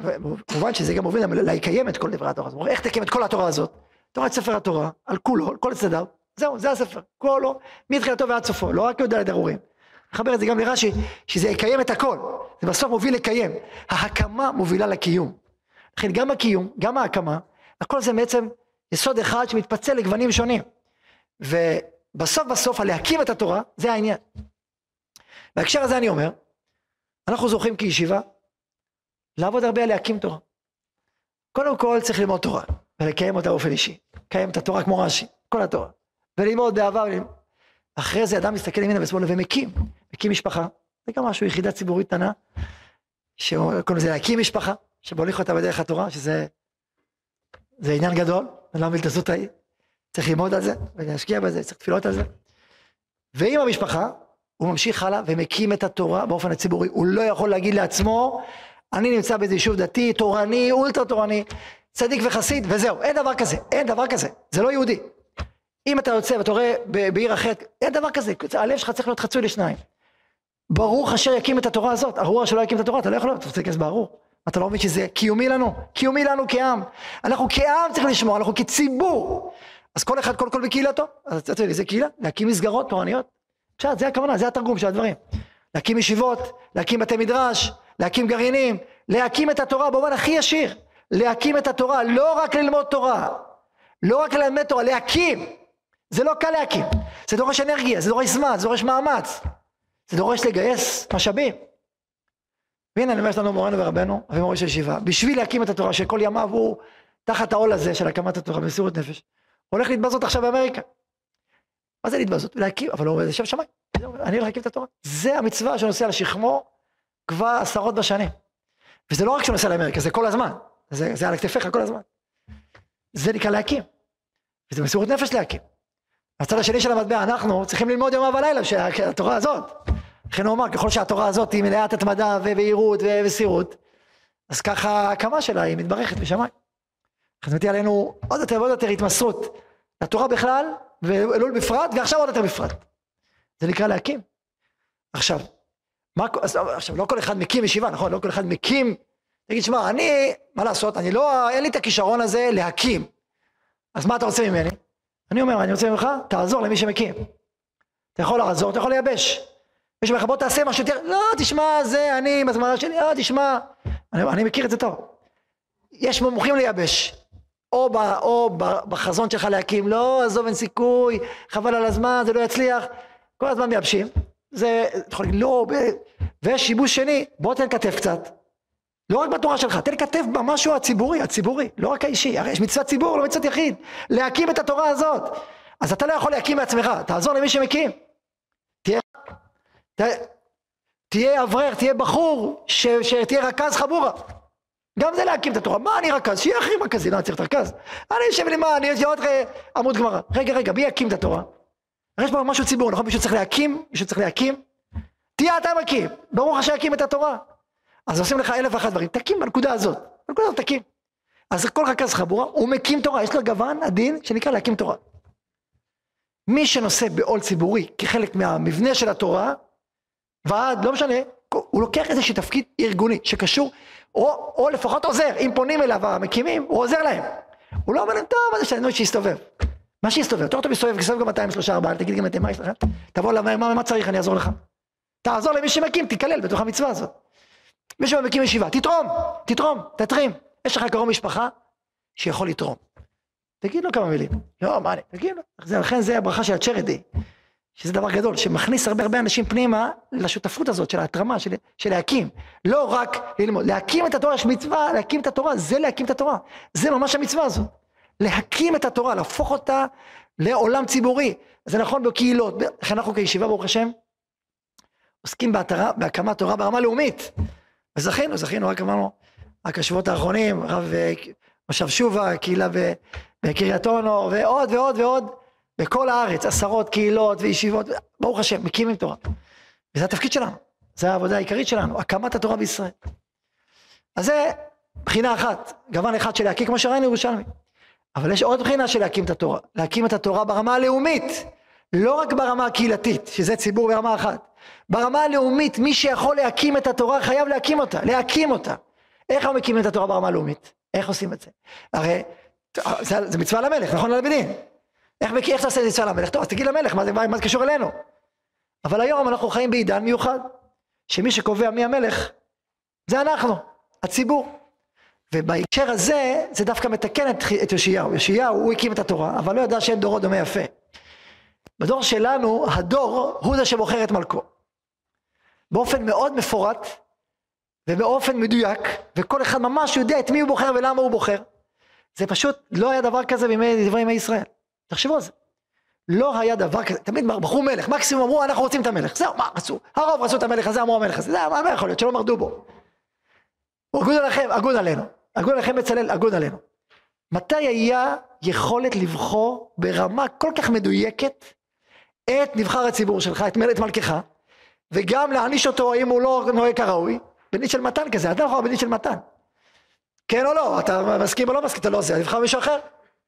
שזה גם מוביל לקיים את כל דברי התורה. זאת אומרת, איך תקיים את כל התורה הזאת? תורת ספר התורה, על כולו, על כל צדדיו, זהו, זה הספר, כולו, מתחילתו ועד סופו, לא רק יודע לדרורים. מחבר את זה גם לרש"י, שזה יקיים את הכל, זה בסוף מוביל לקיים. ההקמה מובילה לקיום. לכן גם הקיום, גם ההקמה, הכל זה בעצם יסוד אחד שמתפצל לגוונים שונים. ובסוף להקים את התורה, זה העניין. בהקשר הזה אני אומר, אנחנו זוכים כישיבה, לעבוד הרבה על להקים תורה. קודם כל צריך ללמוד תורה, ולקיים אותה באופן אישי. לקיים את התורה כמו רש"י, כל התורה. וללמוד באהבה, אחרי זה אדם מסתכל ימינה ושמאלה ומקים, מקים משפחה. זה גם משהו, יחידה ציבורית קטנה, שקוראים לזה להקים משפחה, שבוליך אותה בדרך התורה, שזה עניין גדול, ולא מלתזות ההיא. צריך ללמוד על זה, ולהשקיע בזה, צריך תפילות על זה. ועם המשפחה, הוא ממשיך הלאה ומקים את התורה באופן הציבורי. הוא לא יכול להגיד לעצמו, אני נמצא באיזה יישוב דתי, תורני, אולטרה תורני, צדיק וחסיד, וזהו. אין דבר כזה, אין דבר כזה. זה לא יהודי. אם אתה יוצא ואתה רואה בעיר אחרת, אין דבר כזה. הלב שלך צריך להיות חצוי לשניים. ברוך אשר יקים את התורה הזאת. ארור שלא יקים את התורה, אתה לא יכול להיות, אתה רוצה להיכנס בארור. אתה לא מבין שזה קיומי לנו? קיומי לנו כעם. אנחנו כעם צריכים לשמור, אנחנו כציבור. אז כל אחד, כל בקהילתו. אז אתה יודע, זה קהילה, להקים מסגרות תורניות. עכשיו, זה הכוונה, זה התרגום של הדברים. להקים ישיבות, להקים בתי מדרש, להקים גרעינים, להקים את התורה במובן הכי ישיר. להקים את התורה, לא רק ללמוד תורה, לא רק ללמד תורה, להקים. זה לא קל להקים. זה דורש אנרגיה, זה דורש זמן, זה דורש מאמץ. זה דורש לגייס משאבים. והנה אני אומר לנו מורנו ורבנו, אבי מורי של ישיבה, בשביל להקים את התורה שכל ימיו הוא תחת העול הזה של הקמת התורה במסירות נפש, הולך להתבזות עכשיו באמריקה. מה זה להתבזות? להקים, אבל הוא יושב שמיים. אני הולך להקים את התורה. זה המצווה שנוסע לשכמו כבר עשרות בשנים. וזה לא רק שנוסע לאמריקה, זה כל הזמן. זה על הכתפיך כל הזמן. זה נקרא להקים. וזה מסירות נפש להקים. הצד השני של המטבע, אנחנו צריכים ללמוד יום ולילה שהתורה הזאת. לכן הוא אומר, ככל שהתורה הזאת היא מלאת התמדה ובהירות וסירות, אז ככה ההקמה שלה היא מתברכת בשמיים. אז מטיע עלינו עוד יותר התמסרות לתורה בכלל, ואלול בפרט, ועכשיו עוד יותר בפרט. זה נקרא להקים. עכשיו, לא כל אחד מקים ישיבה, נכון? לא כל אחד מקים, תגיד, שמע, מה לעשות? אין לי את הכישרון הזה להקים. אז מה אתה רוצה ממני? אני אומר, אני רוצה ממך, תעזור למי שמקים. אתה יכול לעזור, אתה יכול לייבש. מי שאומר לך, בוא תעשה משהו, לא, תשמע, זה אני, בזמן שלי, תשמע. אני מכיר את זה טוב. יש מומחים לייבש. או בחזון שלך להקים, לא, עזוב, אין סיכוי, חבל על הזמן, זה לא יצליח. כל הזמן מייבשים. זה, יכול להגיד, לא, ויש שיבוש שני, בוא תן כתף קצת. לא רק בתורה שלך, תן כתף במשהו הציבורי, לא רק האישי, הרי יש מצוות ציבור, לא מצוות יחיד, להקים את התורה הזאת. אז אתה לא יכול להקים בעצמך, תעזור למי שמקים. תהיה אברך, תהיה בחור, שתהיה רכז חבורה. גם זה להקים את התורה. מה אני רכז? שיהיה הכי רכזי, לא צריך את הרכז. אני יושב לי מה, אני יושב עוד עמוד גמרא. רגע, מי יקים את התורה? יש פה משהו ציבור, נכון? מישהו צריך להקים. תהיה אתה מקים, ברוך השם יקים את התורה. אז עושים לך 1,001 דברים, תקים בנקודה הזאת תקים. אז כל רכז חבורה, הוא מקים תורה, יש לו גוון הדין שנקרא להקים תורה. מי שנושא בעול ציבורי כחלק מהמבנה של התורה, ועד, לא משנה, הוא לוקח איזשהו תפקיד ארגוני שקשור, או לפחות עוזר, אם פונים אליו המקימים, הוא עוזר להם. הוא לא אומר להם, טוב, מה זה שאני שיסתובב? מה שיסתובב? תור טוב יסתובב גם 200, 3, 4, תגיד גם מה יש לך? תבוא למה, מה צריך, אני אעזור לך. תעזור למי שמקים, תיכלל בתוך המצווה הזאת. מי שמקים ישיבה, תתרום, תתרים. יש לך קרוב משפחה שיכול לתרום. תגיד לו כמה מילים. לא, מה אני? תגיד לו. לכן זה הברכה של הצ'רדי, שזה דבר גדול, שמכניס הרבה אנשים פנימה לשותפות הזאת של ההתרמה, של להקים. לא רק ללמוד, להקים את התורה, יש מצווה, להקים את התורה, זה להקים את התורה. זה ממש המצווה הזאת. להקים את התורה, להפוך אותה לעולם ציבורי. זה נכון בקהילות, איך אנחנו כישיבה ברוך השם, עוסקים בהקמת תורה ברמה לאומית. וזכינו, רק אמרנו, רק השבועות האחרונים, רב מושב שובה, קהילה בקריית אונו, ועוד, בכל הארץ, עשרות קהילות וישיבות, ברוך השם, מקימים תורה. וזה התפקיד שלנו, זה העבודה העיקרית שלנו, הקמת התורה בישראל. אז זה בחינה אחת, גוון אחד של להקים, כמו שראינו ירושלמי. אבל יש עוד בחינה של להקים את התורה, להקים את התורה ברמה הלאומית, לא רק ברמה הקהילתית, שזה ציבור ברמה אחת. ברמה הלאומית, מי שיכול להקים את התורה, חייב להקים אותה. איך אנחנו מקימים את התורה ברמה הלאומית? איך עושים את זה? הרי, זה מצווה למלך, נכון? לבית דין. איך תעשה את מצווה למלך? טוב, אז תגיד למלך, מה זה קשור אלינו? אבל היום אנחנו חיים בעידן מיוחד, שמי שקובע מי המלך, זה אנחנו, הציבור. ובהקשר הזה, זה דווקא מתקן את יאשיהו. יאשיהו, הוא הקים את התורה, אבל לא ידע שאין דורו דומה יפה. בדור שלנו, הדור הוא זה שבוחר את מלכו. באופן מאוד מפורט, ובאופן מדויק, וכל אחד ממש יודע את מי הוא בוחר ולמה הוא בוחר. זה פשוט לא היה דבר כזה בדברי ימי ישראל. תחשבו על זה. לא היה דבר כזה, תמיד בחרו מלך, מקסימום אמרו אנחנו רוצים את המלך. זהו, מה רצו? הרוב רצו את המלך הזה, אמרו המלך הזה. זה מה יכול להיות, שלא מרדו בו. אגוד עליכם, אגוד עלינו. אגוד עליכם בצלאל, אגוד עלינו. מתי היה יכולת לבחור ברמה כל כך מדויקת את נבחר הציבור שלך, את מלכך, וגם להעניש אותו אם הוא לא נוהג כראוי, בדין של מתן כזה, אתה יכול בדין של מתן. כן או לא, אתה מסכים או לא מסכים, אתה לא עושה, נבחר מישהו אחר.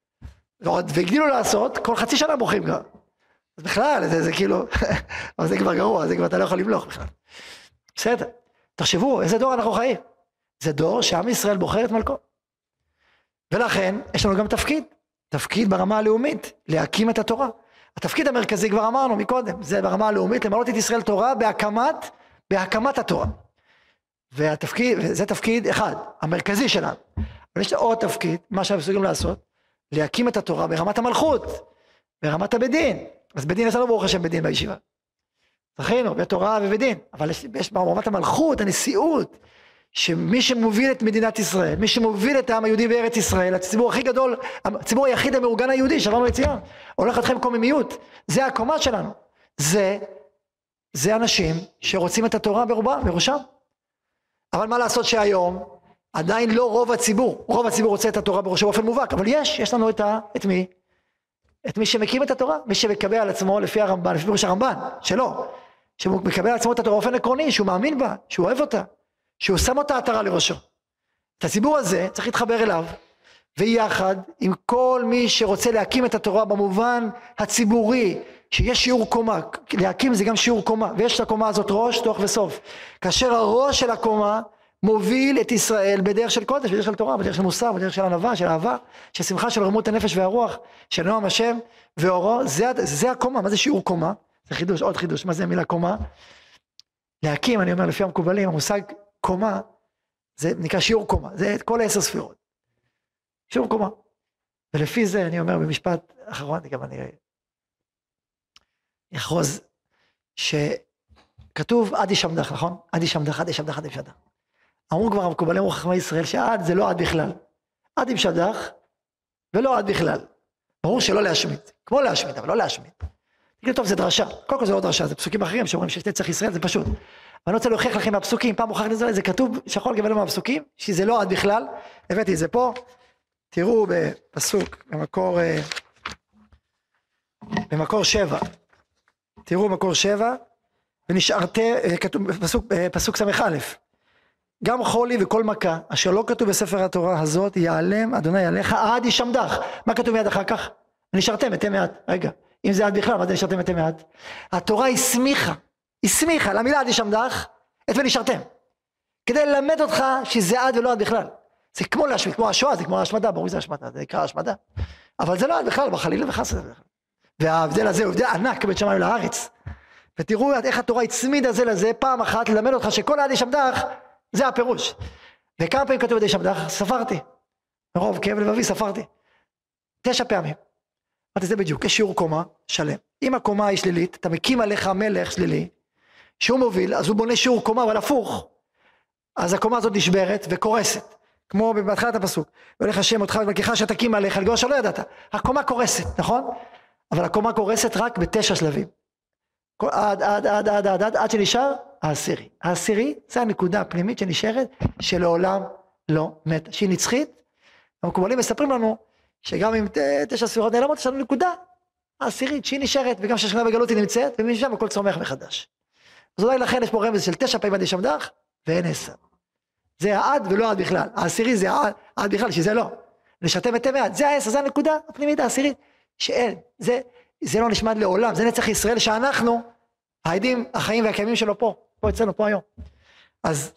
והגדילו לעשות, כל חצי שנה בוחרים כבר. אז בכלל, זה כאילו, אבל זה כבר גרוע, זה כבר אתה לא יכול למלוך בכלל. בסדר, תחשבו, איזה דור אנחנו חיים. זה דור שעם ישראל בוחר את מלכו. ולכן, יש לנו גם תפקיד ברמה הלאומית, להקים את התורה. התפקיד המרכזי כבר אמרנו מקודם, זה ברמה הלאומית, למלות את ישראל תורה בהקמת התורה. וזה תפקיד אחד, המרכזי שלנו. אבל יש עוד תפקיד, מה שאנחנו מסוגלים לעשות, להקים את התורה ברמת המלכות, ברמת הבדין. אז בדין יש לנו ברוך השם בדין בישיבה. זכינו, בתורה ובדין. אבל יש ברמת המלכות, הנשיאות, שמי שמוביל את מדינת ישראל, מי שמוביל את העם היהודי בארץ ישראל, הציבור הכי גדול, הציבור היחיד המאורגן היהודי, שעברנו לציון, הולך אתכם קוממיות, זה הקומה שלנו. זה אנשים שרוצים את התורה בראשם. אבל מה לעשות שהיום, עדיין לא רוב הציבור רוצה את התורה בראשו באופן מובהק, אבל יש לנו את מי? את מי שמקים את התורה, מי שמקבל על עצמו לפי הרמב"ן, לפי פירוש הרמב"ן, שלא, שמקבל על עצמו את התורה באופן עקרוני, שהוא מאמין בה, שהוא אוהב אותה, שהוא שם אותה עטרה לראשו. את הציבור הזה צריך להתחבר אליו, ויחד עם כל מי שרוצה להקים את התורה במובן הציבורי, שיש שיעור קומה, להקים זה גם שיעור קומה, ויש לקומה הזאת ראש, תוך וסוף. כאשר הראש של הקומה מוביל את ישראל בדרך של קודש, בדרך של תורה, בדרך של מוסר, בדרך של ענווה, של אהבה, של שמחה, של רמות הנפש והרוח, של נועם השם ואורו, זה הקומה. מה זה שיעור קומה? זה חידוש, עוד חידוש. מה זה המילה קומה? להקים, אני אומר, לפי המקובלים, המושג קומה, זה נקרא שיעור קומה, זה כל 10 ספירות. שיעור קומה. ולפי זה אני אומר במשפט אחרון, גם אני אחרוז, כתוב עד ישמדך, נכון? עד ישמדך, עד ישמדך, עד ישמדך. אמרו כבר המקובלים וחכמי ישראל שעד זה לא עד בכלל. עד ישמדך ולא עד בכלל. ברור שלא להשמיד, כמו להשמיד, אבל לא להשמיד. תגיד טוב, זה דרשה, קודם כל זה לא דרשה, זה פסוקים אחרים שאומרים שיש נצח ישראל, זה פשוט. ואני רוצה להוכיח לכם מהפסוקים, פעם הוכחתי את זה, זה כתוב שחור על גבי מהפסוקים, שזה לא עד בכלל, הבאתי את זה פה, תראו בפסוק, במקור 7, תראו מקור 7, כתוב פסוק ס"א, גם חולי וכל מכה, אשר לא כתוב בספר התורה הזאת, יעלם אדוני עליך עד ישמדך. מה כתוב מיד אחר כך? ונשארתם מתי מעט. רגע, אם זה עד בכלל, מה זה נשארתם מתי מעט? התורה הסמיכה למילה עד ישמדך, את ונשארתם. כדי ללמד אותך שזה עד ולא עד בכלל. זה כמו להשמיד, כמו השואה, זה כמו ההשמדה, ברור זה השמדה, זה נקרא השמדה. אבל זה לא עד בכלל, בחלילה וחס. וההבדל הזה הוא הבדל ענק בין שמיים לארץ. ותראו איך התורה הצמידה זה לזה, פעם אחת ללמד אותך שכל עד ישמדך, זה הפירוש. וכמה פעמים כתוב עד ישמדך? ספרתי. מרוב כאב לבבי ספרתי. 9 פעמים. אמרתי זה בדיוק, יש שיעור קומה שלם. אם הקומה היא שלילית, אתה מקים עליך מלך שלילי, שהוא מוביל, אז הוא בונה שיעור קומה, אבל הפוך. אז הקומה הזאת נשברת וקורסת. כמו בהתחלת הפסוק. והולך השם אותך ומלכך שתקים עליך, לגבי שלא ידעת. הקומה קורסת, נכון? אבל הקומה קורסת רק ב9 שלבים. עד שנשאר העשירי. העשירי זה הנקודה הפנימית שנשארת שלעולם לא מת. שהיא נצחית. המקובלים מספרים לנו שגם עם 9 ספירות נעלמות יש לנו נקודה העשירית שהיא נשארת וגם ששכנה בגלות היא נמצאת ומשם הכל צומח מחדש. אז אולי לכן יש פה רמז של 9 פעמים עד ישמדך ואין 10. זה העד ולא עד בכלל. העשירי זה העד בכלל שזה לא. נשארתם מתי מעט. זה ה10, זה הנקודה הפנימית העשירית שאין. זה לא נשמד לעולם. זה נצח ישראל שאנחנו העדים החיים והקיימים שלו פה אצלנו, פה היום. אז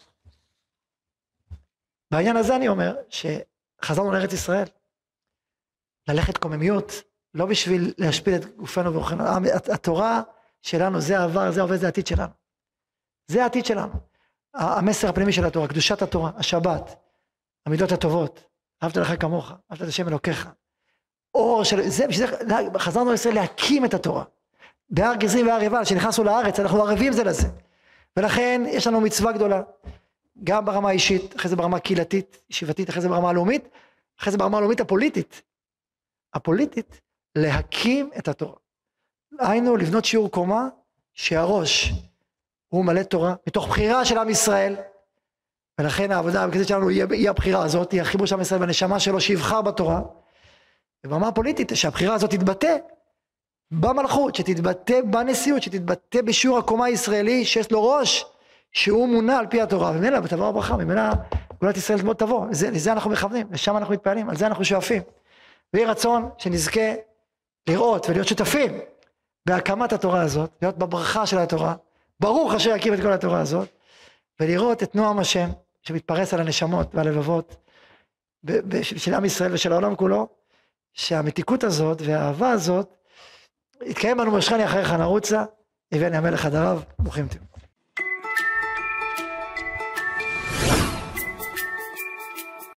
בעניין הזה אני אומר שחזרנו לארץ ישראל, ללכת קוממיות, לא בשביל להשפיל את גופנו ורוחנו, התורה שלנו זה העבר, זה העובד, זה העתיד שלנו. זה העתיד שלנו. המסר הפנימי של התורה, קדושת התורה, השבת, המידות הטובות, אהבת לך כמוך, אהבת את השם אלוקיך. אור של, חזרנו לישראל להקים את התורה. בהר גזים והר עיבל, שנכנסנו לארץ, אנחנו ערבים זה לזה. ולכן יש לנו מצווה גדולה, גם ברמה האישית, אחרי זה ברמה קהילתית, ישיבתית, אחרי זה ברמה הלאומית, אחרי זה ברמה הלאומית הפוליטית, להקים את התורה. היינו לבנות שיעור קומה, שהראש הוא מלא תורה, מתוך בחירה של עם ישראל, ולכן העבודה המרכזית שלנו היא הבחירה הזאת, היא החיבור של עם ישראל בנשמה שלו, שיבחר בתורה, וברמה הפוליטית, שהבחירה הזאת תתבטא, במלכות, שתתבטא בנשיאות, שתתבטא בשיעור הקומה הישראלי, שיש לו ראש, שהוא מונה על פי התורה, וממילא בתבוא הברכה, ממילא גאולת ישראל מאוד תבוא, לזה אנחנו מכוונים, לשם אנחנו מתפעלים, על זה אנחנו שואפים. ויהי רצון שנזכה לראות ולהיות שותפים בהקמת התורה הזאת, להיות בברכה של התורה, ברוך אשר יקים את כל התורה הזאת, ולראות את נועם השם, שמתפרס על הנשמות והלבבות, של עם ישראל ושל העולם כולו, שהמתיקות הזאת והאהבה הזאת, יתקיים בנו משכני אחריך נרוצה, הבאני המלך הדרב, ברוכים תהיו.